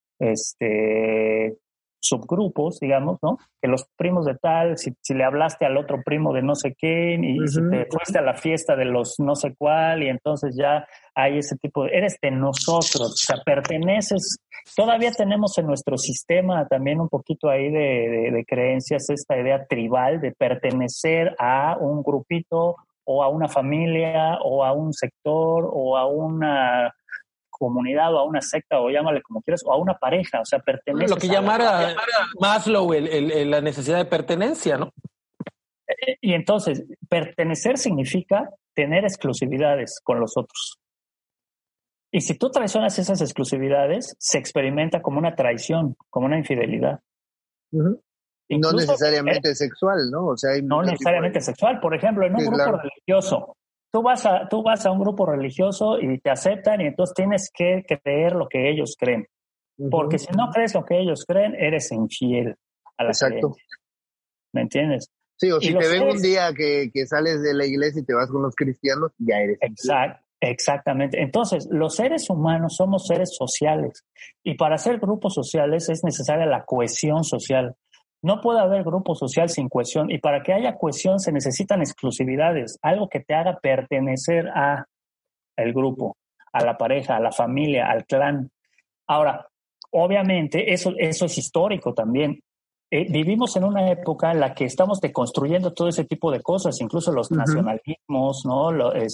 subgrupos, digamos, ¿no? Que los primos de tal, si le hablaste al otro primo de no sé qué, y si te fuiste a la fiesta de los no sé cuál, y entonces ya hay ese tipo de, eres de nosotros, o sea, perteneces, todavía tenemos en nuestro sistema también un poquito ahí de creencias esta idea tribal de pertenecer a un grupito o a una familia o a un sector o a una comunidad o a una secta o llámale como quieras o a una pareja, o sea, pertenece. Lo que llamara Maslow la necesidad de pertenencia, ¿no? Y entonces, pertenecer significa tener exclusividades con los otros. Y si tú traicionas esas exclusividades, se experimenta como una traición, como una infidelidad. Incluso, no necesariamente sexual, ¿no? O sea, hay no necesariamente sexual. Por ejemplo, en un grupo religioso, tú vas a un grupo religioso y te aceptan y entonces tienes que creer lo que ellos creen. Porque si no crees lo que ellos creen, eres infiel a la creencia. ¿Me entiendes? Sí, o si te ven un día que sales de la iglesia y te vas con los cristianos, ya eres infiel. Exactamente. Entonces, los seres humanos somos seres sociales y para hacer grupos sociales es necesaria la cohesión social. No puede haber grupo social sin cohesión y para que haya cohesión se necesitan exclusividades, algo que te haga pertenecer a el grupo, a la pareja, a la familia, al clan. Ahora, obviamente eso es histórico también. Vivimos en una época en la que estamos deconstruyendo todo ese tipo de cosas, incluso los nacionalismos, ¿no?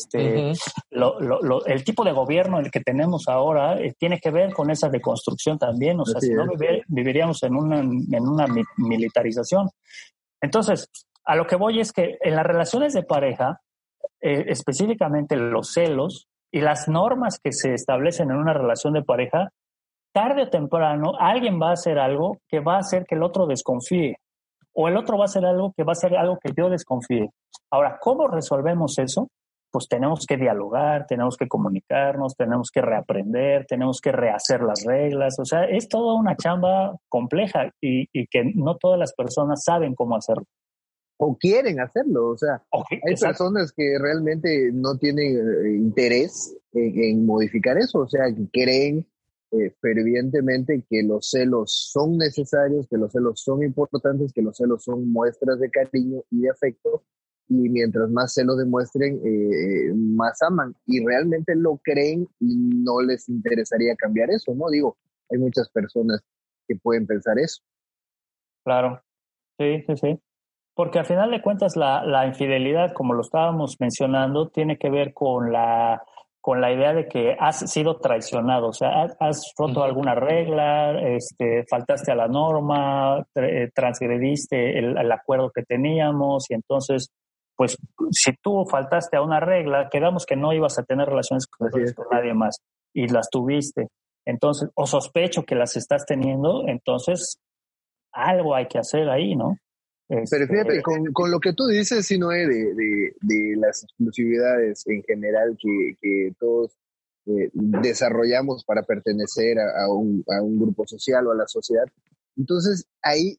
El tipo de gobierno el que tenemos ahora tiene que ver con esa deconstrucción también, o sea, si no viviríamos en una militarización. Entonces, a lo que voy es que en las relaciones de pareja, específicamente los celos y las normas que se establecen en una relación de pareja, tarde o temprano alguien va a hacer algo que va a hacer que el otro desconfíe o el otro va a hacer algo que va a hacer algo que yo desconfíe. Ahora, ¿cómo resolvemos eso? Pues tenemos que dialogar, tenemos que comunicarnos, tenemos que reaprender, tenemos que rehacer las reglas. O sea, es toda una chamba compleja y que no todas las personas saben cómo hacerlo. O quieren hacerlo, o sea, hay personas que realmente no tienen interés en modificar eso, o sea, que creen fervientemente que los celos son necesarios, que los celos son importantes, que los celos son muestras de cariño y de afecto, y mientras más celos demuestren, más aman, y realmente lo creen y no les interesaría cambiar eso, ¿no? Digo, hay muchas personas que pueden pensar eso. Claro, sí. Porque al final de cuentas la infidelidad, como lo estábamos mencionando, tiene que ver con la idea de que has sido traicionado, o sea, has roto alguna regla, faltaste a la norma, transgrediste el acuerdo que teníamos y entonces, pues, si tú faltaste a una regla, quedamos que no ibas a tener relaciones con nadie más y las tuviste, entonces, o sospecho que las estás teniendo, entonces algo hay que hacer ahí, ¿no? Pero fíjate, con lo que tú dices, Sinoe, de las exclusividades en general que todos desarrollamos para pertenecer a un grupo social o a la sociedad, entonces ahí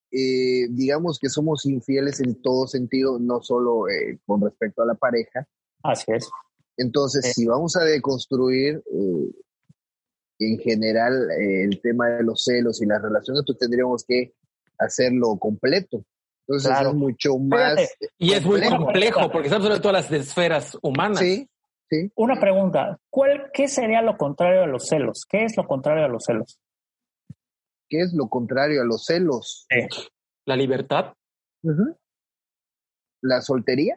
digamos que somos infieles en todo sentido, no solo con respecto a la pareja. Así es. Entonces, si vamos a deconstruir en general el tema de los celos y las relaciones, pues tendríamos que hacerlo completo. Entonces es mucho más... Y es muy complejo porque estamos hablando de todas las esferas humanas. Sí. Una pregunta, ¿qué sería lo contrario a los celos? ¿Qué es lo contrario a los celos? ¿Qué es lo contrario a los celos? La libertad. ¿La soltería?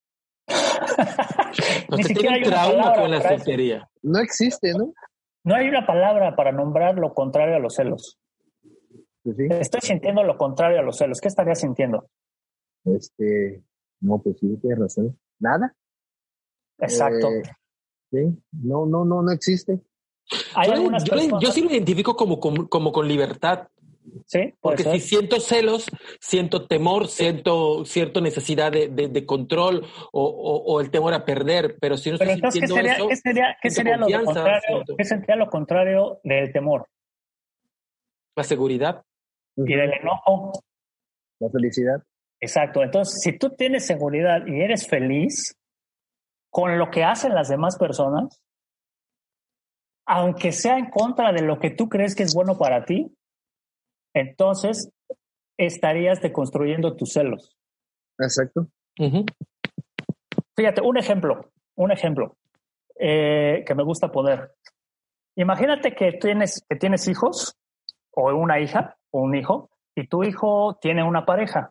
Ni siquiera hay un trauma con la soltería. No existe, ¿no? No hay una palabra para nombrar lo contrario a los celos. Pues sí. Estoy sintiendo lo contrario a los celos. ¿Qué estarías sintiendo? No, pues sí, tienes razón. ¿Nada? Exacto. Sí, no existe. Yo sí lo identifico como con libertad. Sí, porque si siento celos, siento temor, siento cierta necesidad de control o el temor a perder, pero si no estoy entonces, sintiendo eso, ¿qué siento sería lo confianza, contrario? ¿Qué sería lo contrario del temor? la seguridad. Y del enojo. La felicidad. Exacto. Entonces, si tú tienes seguridad y eres feliz con lo que hacen las demás personas, aunque sea en contra de lo que tú crees que es bueno para ti, entonces estarías deconstruyendo tus celos. Exacto. Uh-huh. Fíjate, un ejemplo que me gusta poner. Imagínate que tienes hijos o una hija o un hijo y tu hijo tiene una pareja.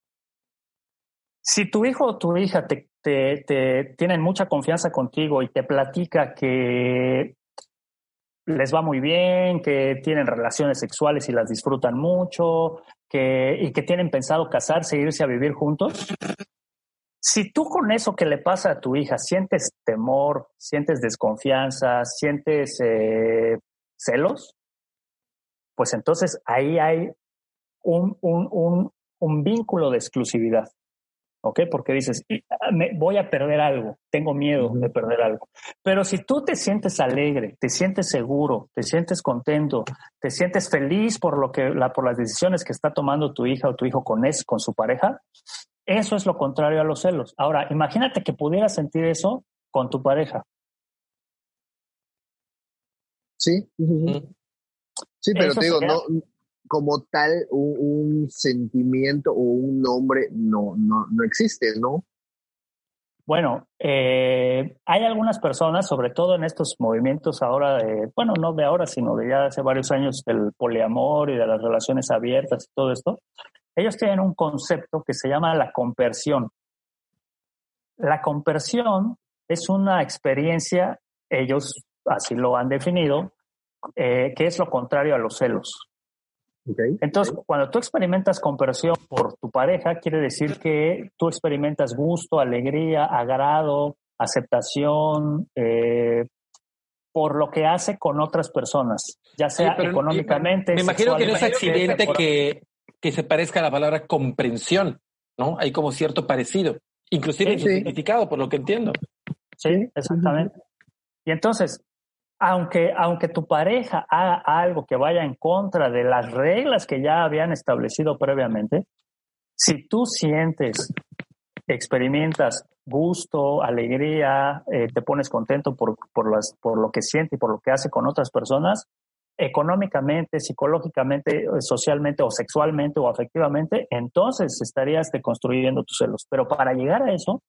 Si tu hijo o tu hija te tienen mucha confianza contigo y te platica que les va muy bien, que tienen relaciones sexuales y las disfrutan mucho, y que tienen pensado casarse e irse a vivir juntos, si tú con eso que le pasa a tu hija sientes temor, sientes desconfianza, sientes celos, pues entonces ahí hay un vínculo de exclusividad. ¿Ok? Porque dices, voy a perder algo, tengo miedo de perder algo. Pero si tú te sientes alegre, te sientes seguro, te sientes contento, te sientes feliz por las decisiones que está tomando tu hija o tu hijo con su pareja, eso es lo contrario a los celos. Ahora, imagínate que pudieras sentir eso con tu pareja. Sí. Sí, pero Eso te digo, sería... no, como tal, un sentimiento o un nombre no existe, ¿no? Bueno, hay algunas personas, sobre todo en estos movimientos ahora, bueno, no de ahora, sino de ya hace varios años del poliamor y de las relaciones abiertas y todo esto, ellos tienen un concepto que se llama la compersión. La compersión es una experiencia, ellos así lo han definido, que es lo contrario a los celos. Okay. Entonces, cuando tú experimentas compersión por tu pareja, quiere decir que tú experimentas gusto, alegría, agrado, aceptación por lo que hace con otras personas, ya sea económicamente, me imagino que no es accidente que se parezca a la palabra comprensión, ¿no? Hay como cierto parecido, inclusive en su significado, por lo que entiendo. Sí, exactamente. Y entonces, aunque tu pareja haga algo que vaya en contra de las reglas que ya habían establecido previamente, si tú experimentas gusto, alegría, te pones contento por lo que siente y por lo que hace con otras personas, económicamente, psicológicamente, socialmente o sexualmente o afectivamente, entonces estarías deconstruyendo tus celos. Pero para llegar a eso,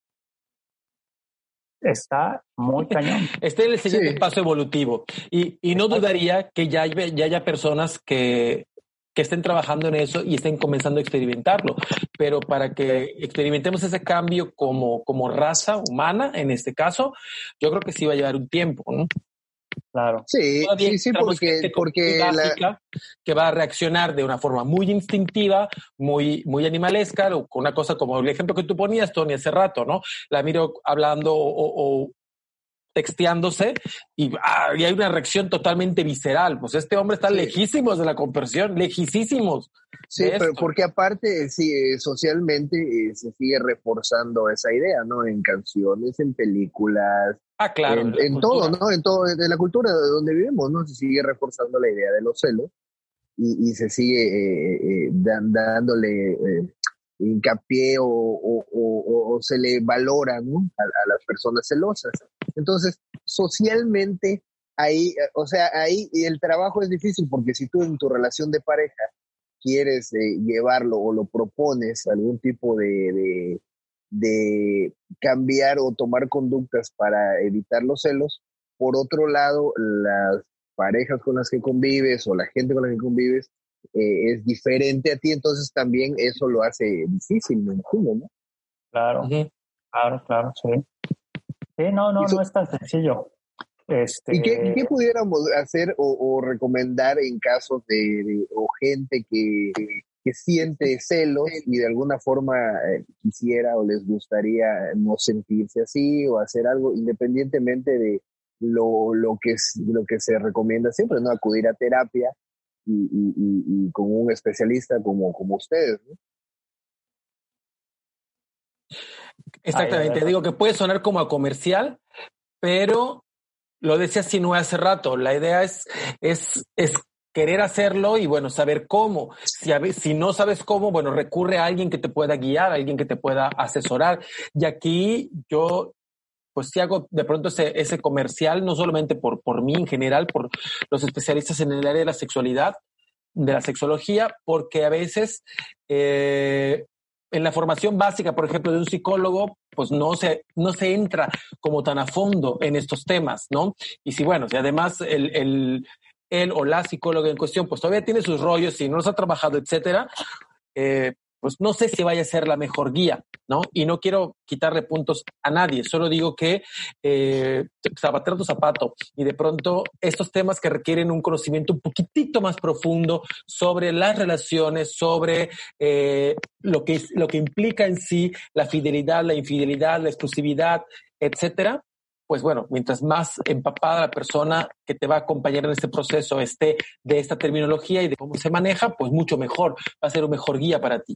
está muy cañón. Este es el siguiente paso evolutivo. Y no dudaría que ya haya personas que estén trabajando en eso y estén comenzando a experimentarlo. Pero para que experimentemos ese cambio como raza humana, en este caso, yo creo que sí va a llevar un tiempo, ¿no? Claro. Sí, porque que va a reaccionar de una forma muy instintiva, muy, muy animalesca, o con una cosa como el ejemplo que tú ponías, Tony, hace rato, ¿no? La miro hablando o texteándose y hay una reacción totalmente visceral. Pues este hombre está lejísimos de la conversión, lejísimos. Sí, pero porque aparte, socialmente se sigue reforzando esa idea, ¿no? En canciones, en películas, claro, en todo, ¿no? En todo, de la cultura donde vivimos, ¿no? Se sigue reforzando la idea de los celos y se sigue dándole hincapié o se le valora, ¿no? A las personas celosas. Entonces, socialmente, ahí el trabajo es difícil porque si tú en tu relación de pareja quieres llevarlo o lo propones algún tipo de cambiar o tomar conductas para evitar los celos, por otro lado, las parejas con las que convives o la gente con la que convives es diferente a ti, entonces también eso lo hace difícil, me imagino, ¿no? Claro, claro, sí. Sí, no es tan sencillo. ¿Y qué pudiéramos hacer o recomendar en casos o gente que siente celos y de alguna forma quisiera o les gustaría no sentirse así o hacer algo independientemente de lo que se recomienda siempre, ¿no? Acudir a terapia, y con un especialista como ustedes, ¿no? Exactamente, te digo que puede sonar como a comercial, pero lo decía Sinue hace rato, la idea es querer hacerlo y bueno, saber cómo. Si no sabes cómo, bueno, recurre a alguien que te pueda guiar, a alguien que te pueda asesorar. Y aquí yo, pues sí hago de pronto ese comercial, no solamente por mí en general, por los especialistas en el área de la sexualidad, de la sexología, porque a veces en la formación básica, por ejemplo, de un psicólogo, pues no se entra como tan a fondo en estos temas, ¿no? Y si, bueno, si además él o la psicóloga en cuestión, pues todavía tiene sus rollos y no los ha trabajado, etcétera, pues no sé si vaya a ser la mejor guía, ¿no? Y no quiero quitarle puntos a nadie, solo digo que zapatero tu zapato y de pronto estos temas que requieren un conocimiento un poquitito más profundo sobre las relaciones, sobre lo que implica en sí la fidelidad, la infidelidad, la exclusividad, etcétera. Pues bueno, mientras más empapada la persona que te va a acompañar en este proceso esté de esta terminología y de cómo se maneja, pues mucho mejor, va a ser un mejor guía para ti.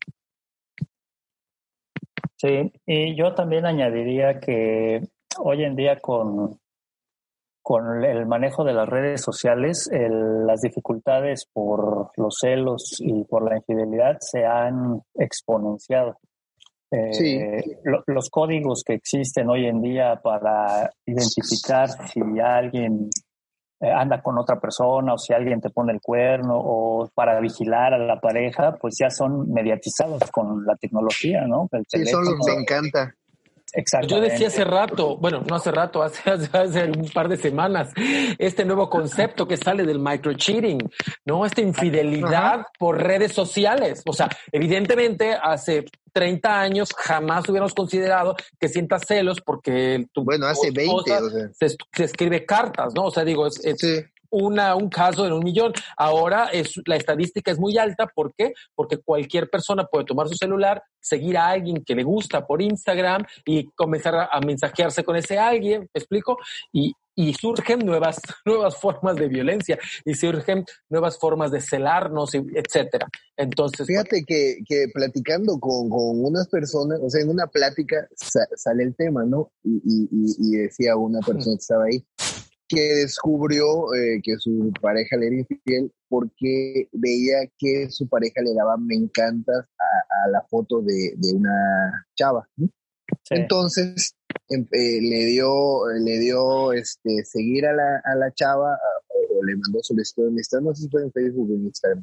Sí, y yo también añadiría que hoy en día con el manejo de las redes sociales, las dificultades por los celos y por la infidelidad se han exponenciado. Sí. Los códigos que existen hoy en día para identificar si alguien anda con otra persona o si alguien te pone el cuerno o para vigilar a la pareja, pues ya son mediatizados con la tecnología, ¿no? El Sí, teléfono. solo me encanta. Yo decía hace rato, bueno, no hace rato, hace un par de semanas, este nuevo concepto que sale del microcheating, ¿no? Esta infidelidad por redes sociales. O sea, evidentemente hace 30 años jamás hubiéramos considerado que sientas celos porque hace 20, o sea. se escribe cartas, ¿no? O sea, digo, es sí. Un caso en 1,000,000. Ahora la estadística es muy alta. ¿Por qué? Porque cualquier persona puede tomar su celular, seguir a alguien que le gusta por Instagram y comenzar a mensajearse con ese alguien, ¿me explico? Y surgen nuevas formas de violencia y surgen nuevas formas de celarnos, etcétera. Entonces, fíjate que platicando con unas personas, o sea, en una plática sale el tema, ¿no? Y decía una persona que estaba ahí, que descubrió que su pareja le era infiel porque veía que su pareja le daba me encantas a la foto de una chava, ¿no? Sí. Entonces le dio seguir a la chava o le mandó solicitud en Instagram, no sé si fue en Facebook o en Instagram,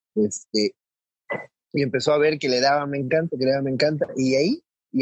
y empezó a ver que le daba me encanta, y ahí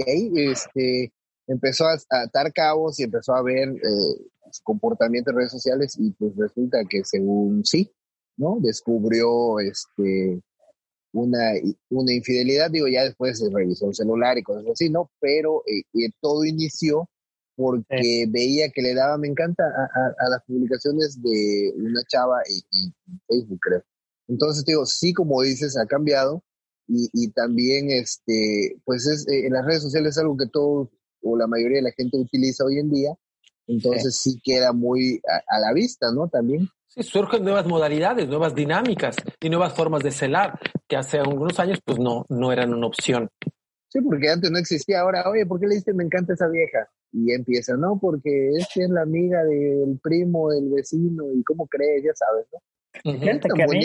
empezó a atar cabos y empezó a ver su comportamiento en redes sociales y pues resulta que según sí, ¿no? Descubrió una infidelidad, digo, ya después se revisó el celular y cosas así, ¿no? Pero todo inició porque veía que le daba me encanta a las publicaciones de una chava en Facebook, creo. Entonces, digo, sí, como dices, ha cambiado y también, pues en las redes sociales es algo que todos o la mayoría de la gente utiliza hoy en día, entonces sí queda muy a la vista, ¿no? También. Sí, surgen nuevas modalidades, nuevas dinámicas y nuevas formas de celar que hace algunos años pues no eran una opción. Sí, porque antes no existía. Ahora, oye, ¿por qué le diste me encanta esa vieja? Y empieza, no, porque es la amiga del primo, del vecino, y cómo crees, ya sabes, ¿no? Fíjate que a mí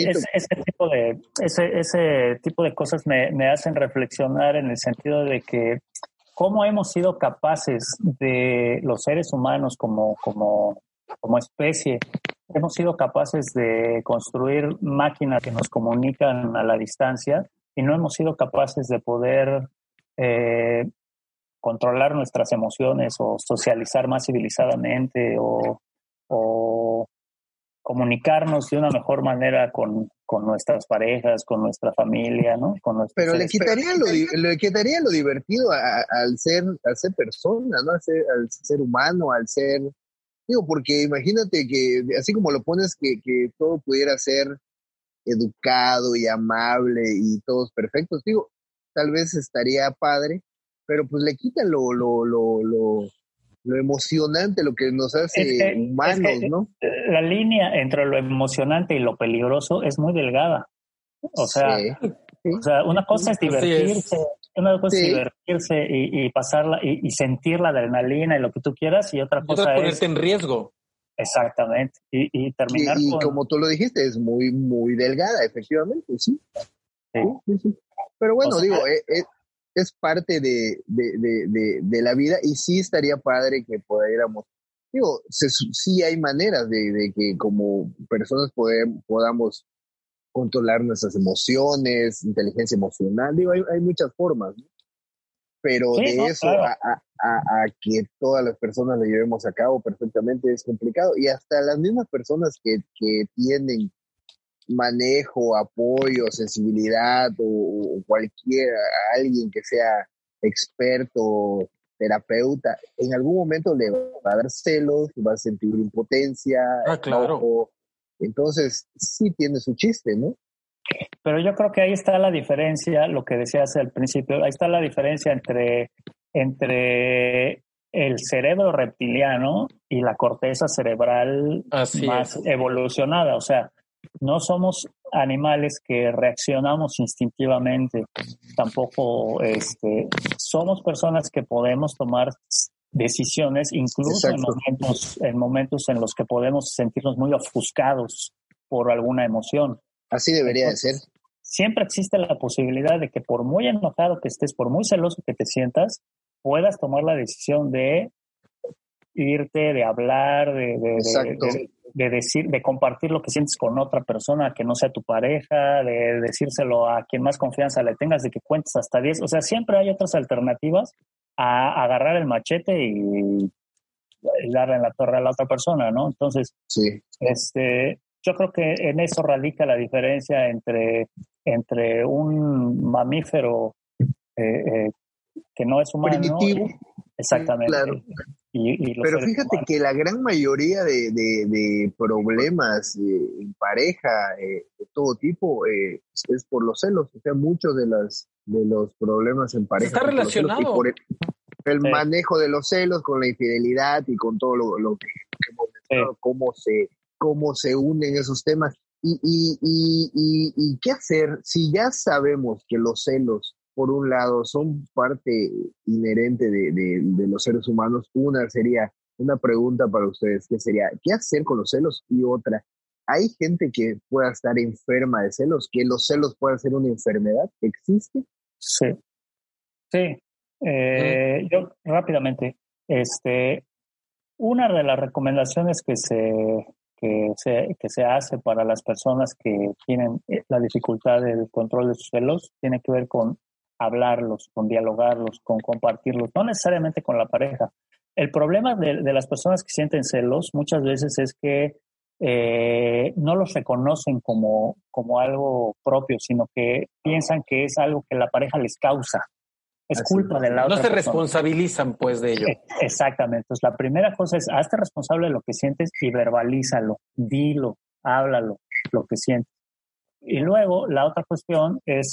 ese tipo de cosas me hacen reflexionar en el sentido de que cómo hemos sido capaces de los seres humanos como especie, hemos sido capaces de construir máquinas que nos comunican a la distancia y no hemos sido capaces de poder controlar nuestras emociones o socializar más civilizadamente o comunicarnos de una mejor manera con nuestras parejas, con nuestra familia, ¿no? Pero le quitaría lo divertido al ser persona, ¿no? Al ser humano, al ser... Digo, porque imagínate que así como lo pones, que todo pudiera ser educado y amable y todos perfectos, digo, tal vez estaría padre, pero pues le quitan lo lo emocionante, lo que nos hace humanos, ¿no? La línea entre lo emocionante y lo peligroso es muy delgada. O sea, una cosa es divertirse, y pasarla y sentir la adrenalina y lo que tú quieras, y otra cosa es ponerte en riesgo. Exactamente. Y terminar y como tú lo dijiste, es muy, muy delgada, efectivamente, sí. Sí. Pero bueno, es parte de la vida, y sí estaría padre que pudiéramos, sí hay maneras de que como personas podamos controlar nuestras emociones, inteligencia emocional, hay muchas formas, ¿no? Pero claro. a que todas las personas lo llevemos a cabo perfectamente es complicado, y hasta las mismas personas que tienen manejo, apoyo, sensibilidad o alguien que sea experto, terapeuta, en algún momento le va a dar celos, va a sentir impotencia, claro. enojo. Entonces sí tiene su chiste, ¿no? Pero yo creo que ahí está la diferencia, lo que decías al principio, ahí está la diferencia entre el cerebro reptiliano y la corteza cerebral más evolucionada. O sea, no somos animales que reaccionamos instintivamente, tampoco somos personas que podemos tomar decisiones, incluso en momentos en los que podemos sentirnos muy ofuscados por alguna emoción. Así debería de ser. Siempre existe la posibilidad de que por muy enojado que estés, por muy celoso que te sientas, puedas tomar la decisión de irte, de hablar, de decir, de compartir lo que sientes con otra persona que no sea tu pareja, de decírselo a quien más confianza le tengas, de que cuentes hasta 10. O sea, siempre hay otras alternativas a agarrar el machete y darle en la torre a la otra persona, ¿no? Entonces, yo creo que en eso radica la diferencia entre un mamífero que no es humano. Primitivo. Exactamente. Claro. Pero fíjate humanos, que la gran mayoría de problemas en pareja de todo tipo es por los celos. O sea, muchos de los problemas en pareja está relacionado. Y por el manejo de los celos con la infidelidad y con todo lo que hemos mencionado, cómo se unen esos temas. ¿Y qué hacer si ya sabemos que los celos, por un lado, son parte inherente de los seres humanos? Sería una pregunta para ustedes, que sería, ¿qué hacer con los celos? Y otra, ¿hay gente que pueda estar enferma de celos? ¿Que los celos puedan ser una enfermedad? ¿Existe? Sí. Yo rápidamente, una de las recomendaciones que se hace para las personas que tienen la dificultad del control de sus celos tiene que ver con hablarlos, con dialogarlos, con compartirlos, no necesariamente con la pareja. El problema de las personas que sienten celos muchas veces es que no los reconocen como algo propio, sino que piensan que es algo que la pareja les causa. Es culpa de la otra persona. No se responsabilizan, pues, de ello. Exactamente. Entonces, la primera cosa es, hazte responsable de lo que sientes y verbalízalo, dilo, háblalo, lo que sientes. Y luego, la otra cuestión es,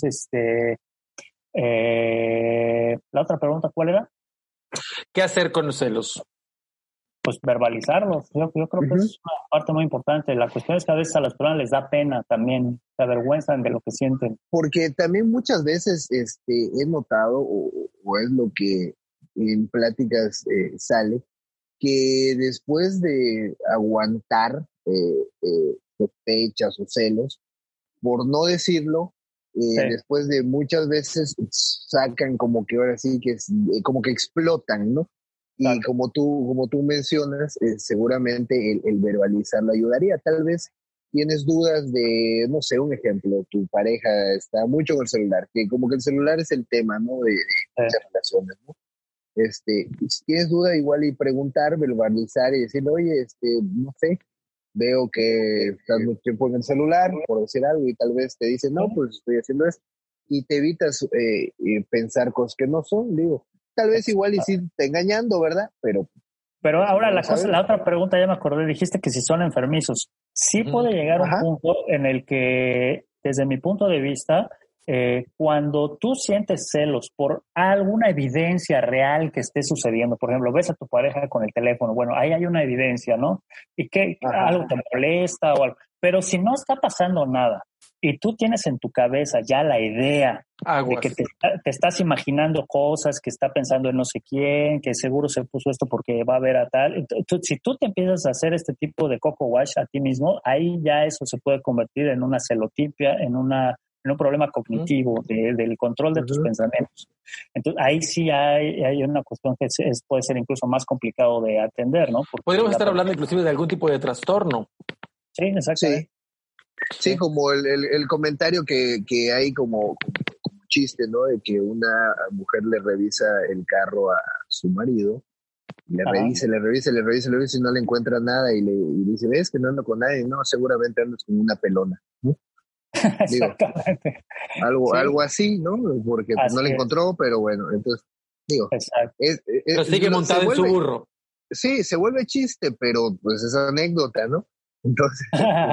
la otra pregunta, ¿cuál era? ¿Qué hacer con los celos? Pues verbalizarlos. Yo creo que es una parte muy importante. La cuestión es que a veces a las personas les da pena también, se avergüenzan de lo que sienten. Porque también muchas veces he notado, o es lo que en pláticas sale, que después de aguantar sospechas o celos, por no decirlo, después de muchas veces sacan como que ahora sí que como que explotan, ¿no? Y como tú mencionas, seguramente el verbalizarlo ayudaría. Tal vez tienes dudas de, no sé, un ejemplo, tu pareja está mucho con el celular, que como que el celular es el tema, ¿no? De muchas relaciones, ¿no? Si tienes duda, igual y preguntar, verbalizar y decirle, oye, no sé, veo que estás mucho tiempo en el celular, por decir algo, y tal vez te dicen, no, pues estoy haciendo esto, y te evitas pensar cosas que no son, digo. Tal vez igual y sí te engañando, ¿verdad? Pero ahora la otra pregunta, ya me acordé, dijiste que si son enfermizos. Sí puede llegar un punto en el que, desde mi punto de vista, cuando tú sientes celos por alguna evidencia real que esté sucediendo, por ejemplo, ves a tu pareja con el teléfono, bueno, ahí hay una evidencia, ¿no? Y que algo te molesta o algo. Pero si no está pasando nada y tú tienes en tu cabeza ya la idea de que te estás imaginando cosas, que está pensando en no sé quién, que seguro se puso esto porque va a ver a tal. Si tú te empiezas a hacer este tipo de coco wash a ti mismo, ahí ya eso se puede convertir en una celotipia, en un problema cognitivo del control de tus pensamientos. Entonces, ahí sí hay una cuestión que puede ser incluso más complicado de atender, ¿no? Porque podríamos estar hablando inclusive de algún tipo de trastorno. Sí, exacto. Sí, como el comentario que hay como chiste, ¿no? De que una mujer le revisa el carro a su marido, le revisa y no le encuentra nada y le dice, ¿ves que no ando con nadie? No, seguramente andas con una pelona, ¿no? Exactamente. Digo, algo así, ¿no? Porque pues, no le encontró, pero bueno, entonces, digo. Pero sigue montado en su burro. Sí, se vuelve chiste, pero pues es anécdota, ¿no? Entonces,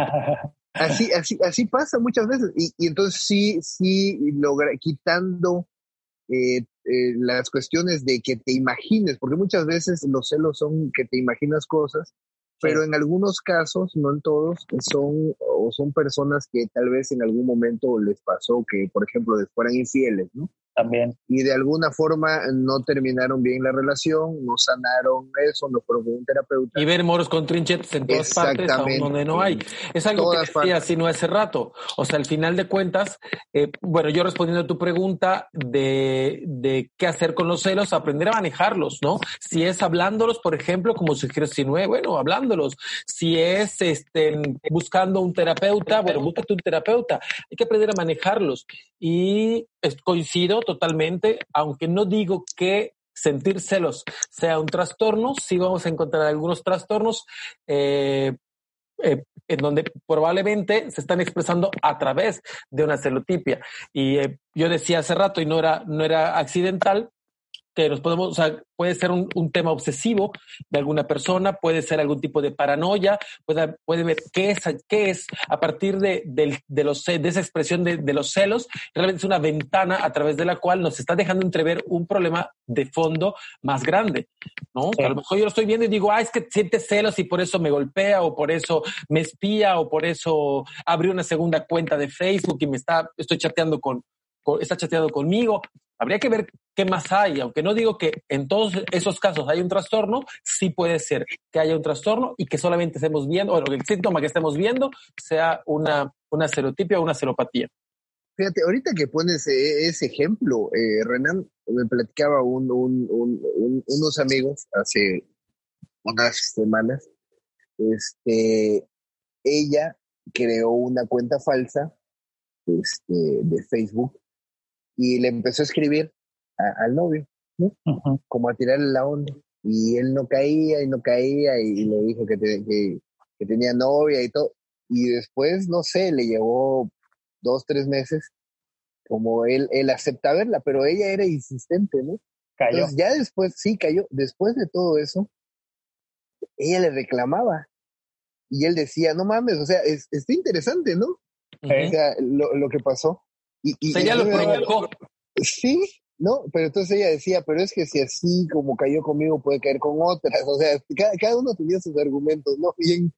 así pasa muchas veces. Y entonces sí logra, quitando las cuestiones de que te imagines, porque muchas veces los celos son que te imaginas cosas, pero en algunos casos, no en todos, son personas que tal vez en algún momento les pasó que, por ejemplo, les fueran infieles, ¿no? También. Y de alguna forma no terminaron bien la relación, no sanaron eso, no fueron con un terapeuta. Y ver moros con trinchetes en todas partes, aún donde no hay. Es algo que decía así no hace rato. O sea, al final de cuentas, bueno, yo respondiendo a tu pregunta de qué hacer con los celos, aprender a manejarlos, ¿no? Si es hablándolos, por ejemplo, como sugiere Sinue, bueno, hablándolos. Si es buscando un terapeuta, bueno, búscate un terapeuta. Hay que aprender a manejarlos. Y coincido totalmente, aunque no digo que sentir celos sea un trastorno, sí vamos a encontrar algunos trastornos en donde probablemente se están expresando a través de una celotipia. Y yo decía hace rato, y no era accidental, que nos podemos, o sea, puede ser un tema obsesivo de alguna persona, puede ser algún tipo de paranoia, puede ver qué es a partir de esa expresión de los celos, realmente es una ventana a través de la cual nos está dejando entrever un problema de fondo más grande, ¿no? Sí. A lo mejor yo lo estoy viendo y digo, es que siente celos y por eso me golpea, o por eso me espía, o por eso abrió una segunda cuenta de Facebook y estoy chateando está chateando conmigo. Habría que ver qué más hay, aunque no digo que en todos esos casos hay un trastorno, sí puede ser que haya un trastorno y que solamente estemos viendo, o el síntoma que estemos viendo sea una celotipia o una celopatía. Fíjate, ahorita que pones ese ejemplo, Renan, me platicaba unos amigos hace unas semanas, ella creó una cuenta falsa de Facebook y le empezó a escribir al novio, ¿no? Uh-huh. Como a tirarle la onda. Y él no caía y le dijo que tenía novia y todo. Y después, no sé, le llevó 2-3 meses como él acepta verla, pero ella era insistente, ¿no? Cayó. Entonces ya después, sí, cayó. Después de todo eso, ella le reclamaba. Y él decía, no mames, o sea, está interesante, ¿no? Uh-huh. O sea, lo que pasó. O sea, ella lo provocó. Sí, ¿no? Pero entonces ella decía, pero es que si así como cayó conmigo puede caer con otras. O sea, cada uno tenía sus argumentos, ¿no? Bien,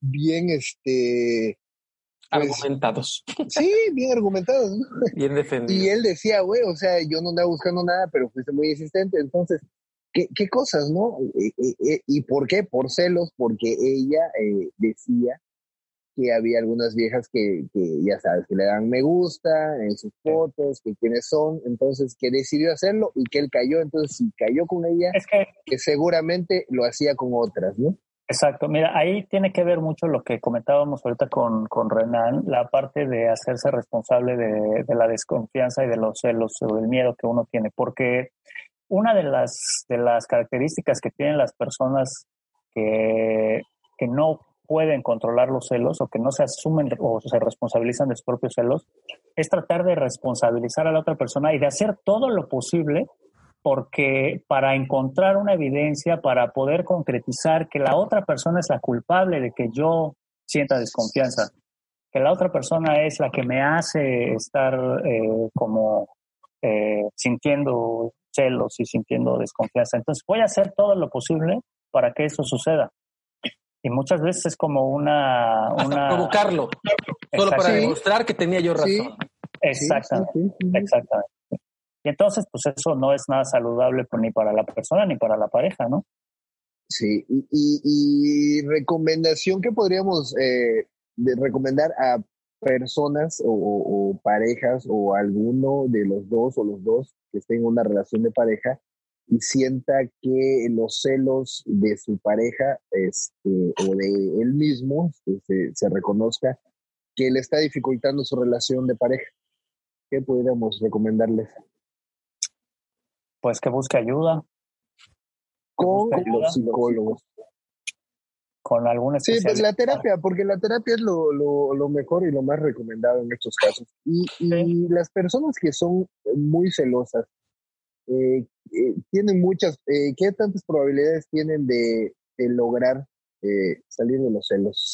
argumentados. Sí, bien argumentados, ¿no? Bien defendidos. Y él decía, güey, o sea, yo no andaba buscando nada, pero fuiste muy insistente. Entonces, ¿qué cosas, no? ¿Y por qué? Por celos, porque ella decía que había algunas viejas que ya sabes, que le dan me gusta en sus fotos, que quiénes son, entonces que decidió hacerlo y que él cayó, entonces si cayó con ella, es que seguramente lo hacía con otras, ¿no? Exacto, mira, ahí tiene que ver mucho lo que comentábamos ahorita con Renan, la parte de hacerse responsable de la desconfianza y de los celos o del miedo que uno tiene, porque una de las características que tienen las personas que no pueden controlar los celos o que no se asumen o se responsabilizan de sus propios celos, es tratar de responsabilizar a la otra persona y de hacer todo lo posible porque para encontrar una evidencia, para poder concretizar que la otra persona es la culpable de que yo sienta desconfianza, que la otra persona es la que me hace estar sintiendo celos y sintiendo desconfianza. Entonces voy a hacer todo lo posible para que eso suceda. Y muchas veces es como hasta provocarlo, solo para demostrar que tenía yo razón. Sí. Exactamente. Y entonces, pues eso no es nada saludable ni para la persona ni para la pareja, ¿no? Sí, y recomendación que podríamos recomendar a personas o parejas o alguno de los dos o los dos que estén en una relación de pareja y sienta que los celos de su pareja o de él mismo se reconozca que le está dificultando su relación de pareja. ¿Qué podríamos recomendarles? Pues que busque ayuda. Con los psicólogos. Con alguna especialidad. Sí, pues la terapia, porque la terapia es lo mejor y lo más recomendado en estos casos. Y las personas que son muy celosas, tienen ¿qué tantas probabilidades tienen de lograr salir de los celos?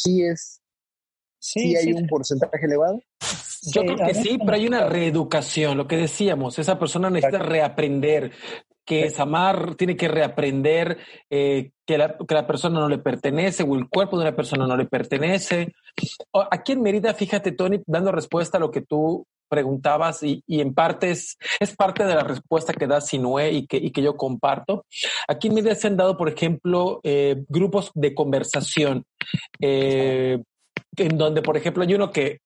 ¿Sí hay un porcentaje elevado? Yo creo que sí, pero hay una reeducación, lo que decíamos, esa persona necesita reaprender qué es amar, tiene que reaprender que la persona no le pertenece o el cuerpo de una persona no le pertenece. Aquí en Mérida, fíjate, Tony, dando respuesta a lo que tú preguntabas y en parte es parte de la respuesta que da Sinue y que yo comparto. Aquí en Mérida se han dado, por ejemplo, grupos de conversación en donde, por ejemplo, hay uno que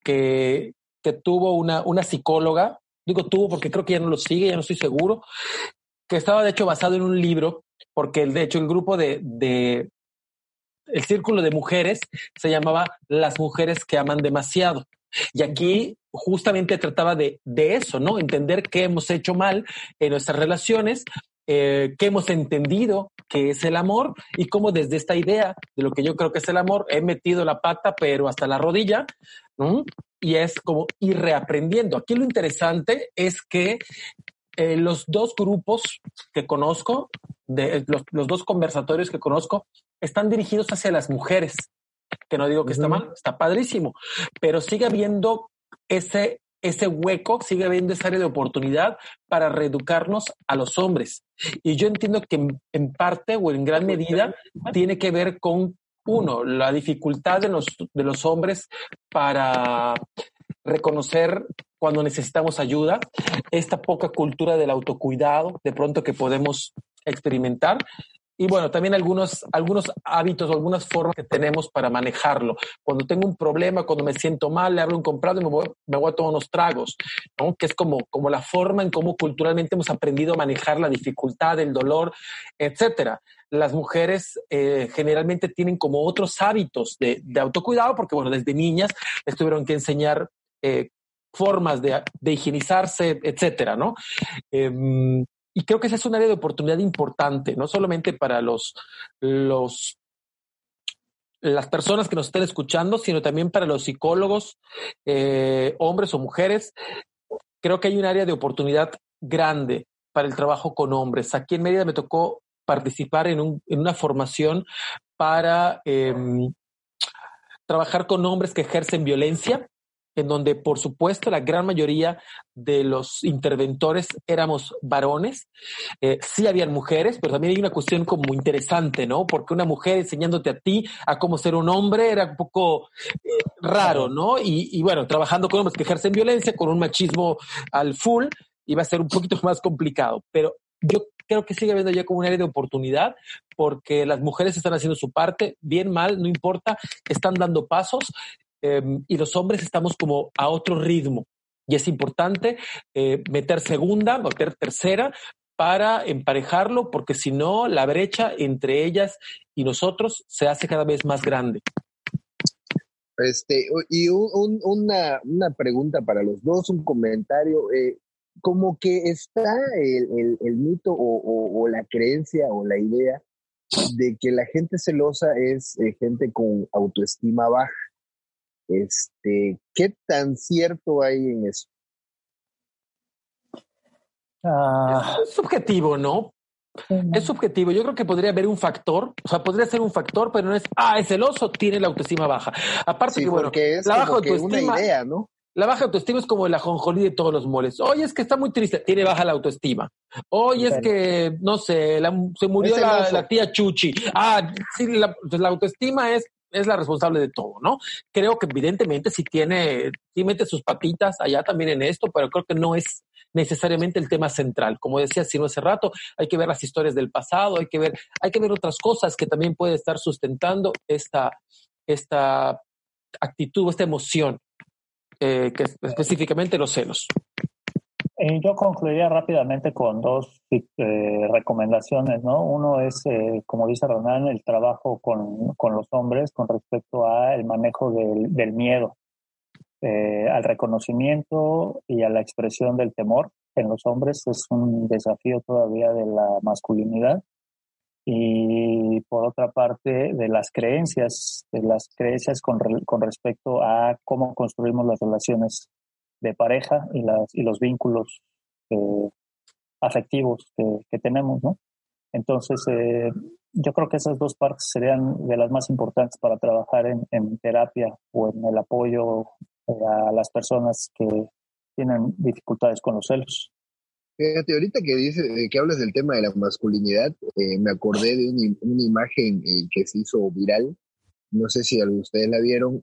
tuvo una psicóloga, digo tuvo porque creo que ya no lo sigue, ya no estoy seguro, que estaba de hecho basado en un libro, porque de hecho el grupo el círculo de mujeres se llamaba Las mujeres que aman demasiado. Y aquí justamente trataba de eso, ¿no? Entender qué hemos hecho mal en nuestras relaciones, qué hemos entendido que es el amor y cómo desde esta idea de lo que yo creo que es el amor he metido la pata, pero hasta la rodilla, ¿no? Y es como ir reaprendiendo. Aquí lo interesante es que los dos grupos que conozco, los dos conversatorios que conozco, están dirigidos hacia las mujeres, que no digo que está mal, está padrísimo, pero sigue habiendo ese hueco, sigue habiendo esa área de oportunidad para reeducarnos a los hombres. Y yo entiendo que en parte o en gran medida tiene que ver con, uno, la dificultad de los hombres para reconocer cuando necesitamos ayuda, esta poca cultura del autocuidado de pronto que podemos experimentar. Y bueno, también algunos hábitos o algunas formas que tenemos para manejarlo. Cuando tengo un problema, cuando me siento mal, le hablo a un comprado y me voy a tomar unos tragos, ¿no? Que es como la forma en cómo culturalmente hemos aprendido a manejar la dificultad, el dolor, etcétera. Las mujeres generalmente tienen como otros hábitos de autocuidado porque, bueno, desde niñas les tuvieron que enseñar formas de higienizarse, etcétera, ¿no? Y creo que esa es un área de oportunidad importante, no solamente para las personas que nos estén escuchando, sino también para los psicólogos, hombres o mujeres. Creo que hay un área de oportunidad grande para el trabajo con hombres. Aquí en Mérida me tocó participar en una formación para trabajar con hombres que ejercen violencia, en donde, por supuesto, la gran mayoría de los interventores éramos varones. Sí habían mujeres, pero también hay una cuestión como interesante, ¿no? Porque una mujer enseñándote a ti a cómo ser un hombre era un poco raro, ¿no? Y bueno, trabajando con hombres que ejercen violencia, con un machismo al full, iba a ser un poquito más complicado. Pero yo creo que sigue habiendo ya como un área de oportunidad porque las mujeres están haciendo su parte, bien, mal, no importa, están dando pasos. Y los hombres estamos como a otro ritmo y es importante meter segunda, meter tercera para emparejarlo porque si no la brecha entre ellas y nosotros se hace cada vez más grande. Y una pregunta para los dos, un comentario, como que está el mito o la creencia o la idea de que la gente celosa es gente con autoestima baja. ¿Qué tan cierto hay en eso? Es subjetivo, ¿no? Es subjetivo. Yo creo que podría haber un factor, o sea, podría ser un factor, pero no es, es celoso, tiene la autoestima baja. Aparte sí, que, bueno, porque es la baja como que autoestima, una idea, ¿no? la baja autoestima es como el ajonjolí de todos los moles. Oye, es que está muy triste, tiene baja la autoestima. Oye, es que, no sé, se murió la tía Chuchi. Sí, pues la autoestima es la responsable de todo, ¿no? Creo que evidentemente sí mete sus patitas allá también en esto, pero creo que no es necesariamente el tema central. Como decía Sino hace rato, hay que ver las historias del pasado, hay que ver otras cosas que también puede estar sustentando esta actitud, esta emoción, que es específicamente los celos. Yo concluiría rápidamente con dos recomendaciones, ¿no? Uno es, como dice Renan, el trabajo con los hombres con respecto al manejo del miedo, al reconocimiento y a la expresión del temor. En los hombres es un desafío todavía de la masculinidad. Y por otra parte, de las creencias con respecto a cómo construimos las relaciones de pareja y los vínculos afectivos que tenemos, ¿no? Entonces, yo creo que esas dos partes serían de las más importantes para trabajar en terapia o en el apoyo a las personas que tienen dificultades con los celos. Fíjate, ahorita que hablas del tema de la masculinidad, me acordé de una imagen que se hizo viral. No sé si ustedes la vieron,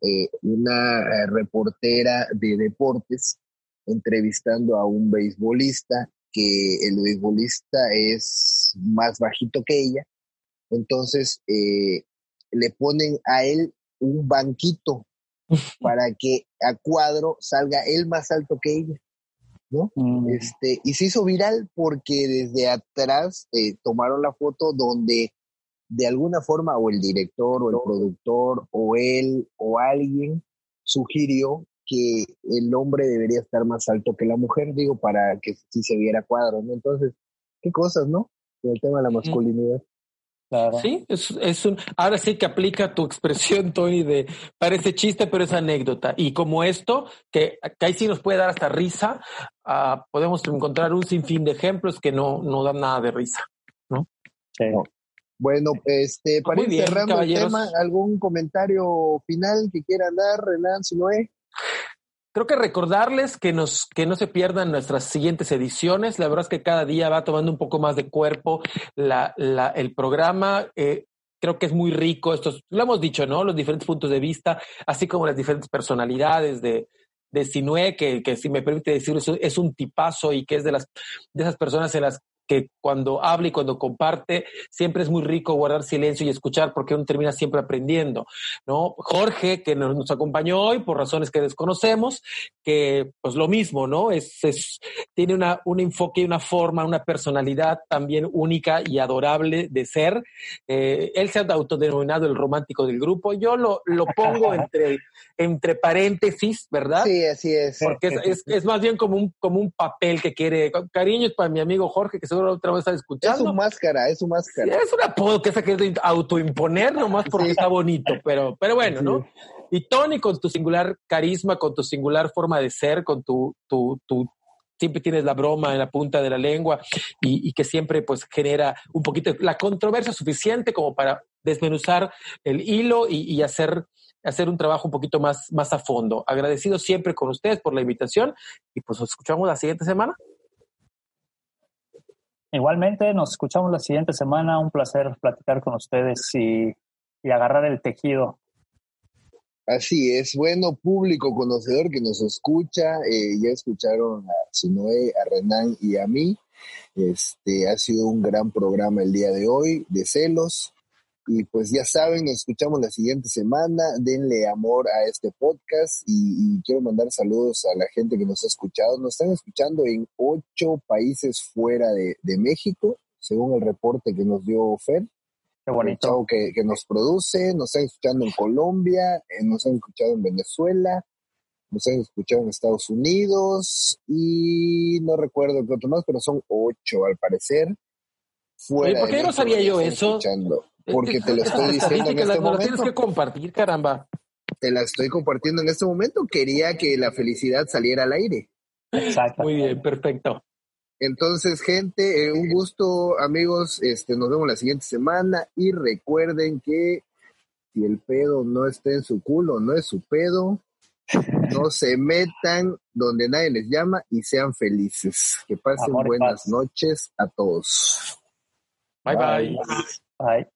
una reportera de deportes entrevistando a un beisbolista, que el beisbolista es más bajito que ella. Entonces le ponen a él un banquito para que a cuadro salga él más alto que ella, ¿no? Y se hizo viral porque desde atrás tomaron la foto donde de alguna forma o el director o el productor o él o alguien sugirió que el hombre debería estar más alto que la mujer, digo, para que sí se viera cuadro, ¿no? Entonces, qué cosas, ¿no? Con el tema de la masculinidad. Claro. Sí, ahora sí que aplica tu expresión, Tony, parece chiste, pero es anécdota. Y como esto, que ahí sí nos puede dar hasta risa, podemos encontrar un sinfín de ejemplos que no dan nada de risa, ¿no? Sí. Bueno, para ir cerrando el caballeros. tema, ¿algún comentario final que quieran dar, Renan, Sinoé? Creo que recordarles que no se pierdan nuestras siguientes ediciones. La verdad es que cada día va tomando un poco más de cuerpo el programa. Creo que es muy rico. Lo hemos dicho, ¿no? Los diferentes puntos de vista, así como las diferentes personalidades de Sinué, que si me permite decirlo, es un tipazo y que es de esas personas en las que cuando habla y cuando comparte, siempre es muy rico guardar silencio y escuchar porque uno termina siempre aprendiendo, ¿no? Jorge, que nos acompañó hoy por razones que desconocemos, que pues lo mismo, ¿no? Tiene un enfoque y una forma, una personalidad también única y adorable de ser. Él se ha autodenominado el romántico del grupo. Yo lo pongo entre paréntesis, ¿verdad? Sí, así es. Porque es más bien como un papel que quiere. Cariño es para mi amigo Jorge, que seguro otra vez está escuchando. Es su máscara. Sí, es un apodo que quiere de autoimponer nomás porque está bonito, pero bueno, ¿no? Sí. Y Tony, con tu singular carisma, con tu singular forma de ser, con tu siempre tienes la broma en la punta de la lengua y que siempre pues genera un poquito la controversia suficiente como para desmenuzar el hilo y hacer un trabajo un poquito más a fondo. Agradecido siempre con ustedes por la invitación y pues nos escuchamos la siguiente semana. Igualmente, nos escuchamos la siguiente semana. Un placer platicar con ustedes y agarrar el tejido. Así es, bueno, público conocedor que nos escucha, ya escucharon a Sinoé, a Renan y a mí. Ha sido un gran programa el día de hoy de celos. Y pues ya saben, nos escuchamos la siguiente semana. Denle amor a este podcast y quiero mandar saludos a la gente que nos ha escuchado. Nos están escuchando en 8 países fuera de México, según el reporte que nos dio Fer. Qué bonito. Que nos produce. Nos están escuchando en Colombia, nos han escuchado en Venezuela, nos han escuchado en Estados Unidos y no recuerdo qué otro más, pero son 8 al parecer. Oye, ¿por qué no sabía yo eso? Porque te lo estoy diciendo en este momento. Lo tienes que compartir, caramba. Te la estoy compartiendo en este momento. Quería que la felicidad saliera al aire. Exacto. Muy bien, perfecto. Entonces, gente, un gusto, amigos. Nos vemos la siguiente semana. Y recuerden que si el pedo no está en su culo, no es su pedo. No se metan donde nadie les llama y sean felices. Que pasen buenas noches a todos. Bye. Bye.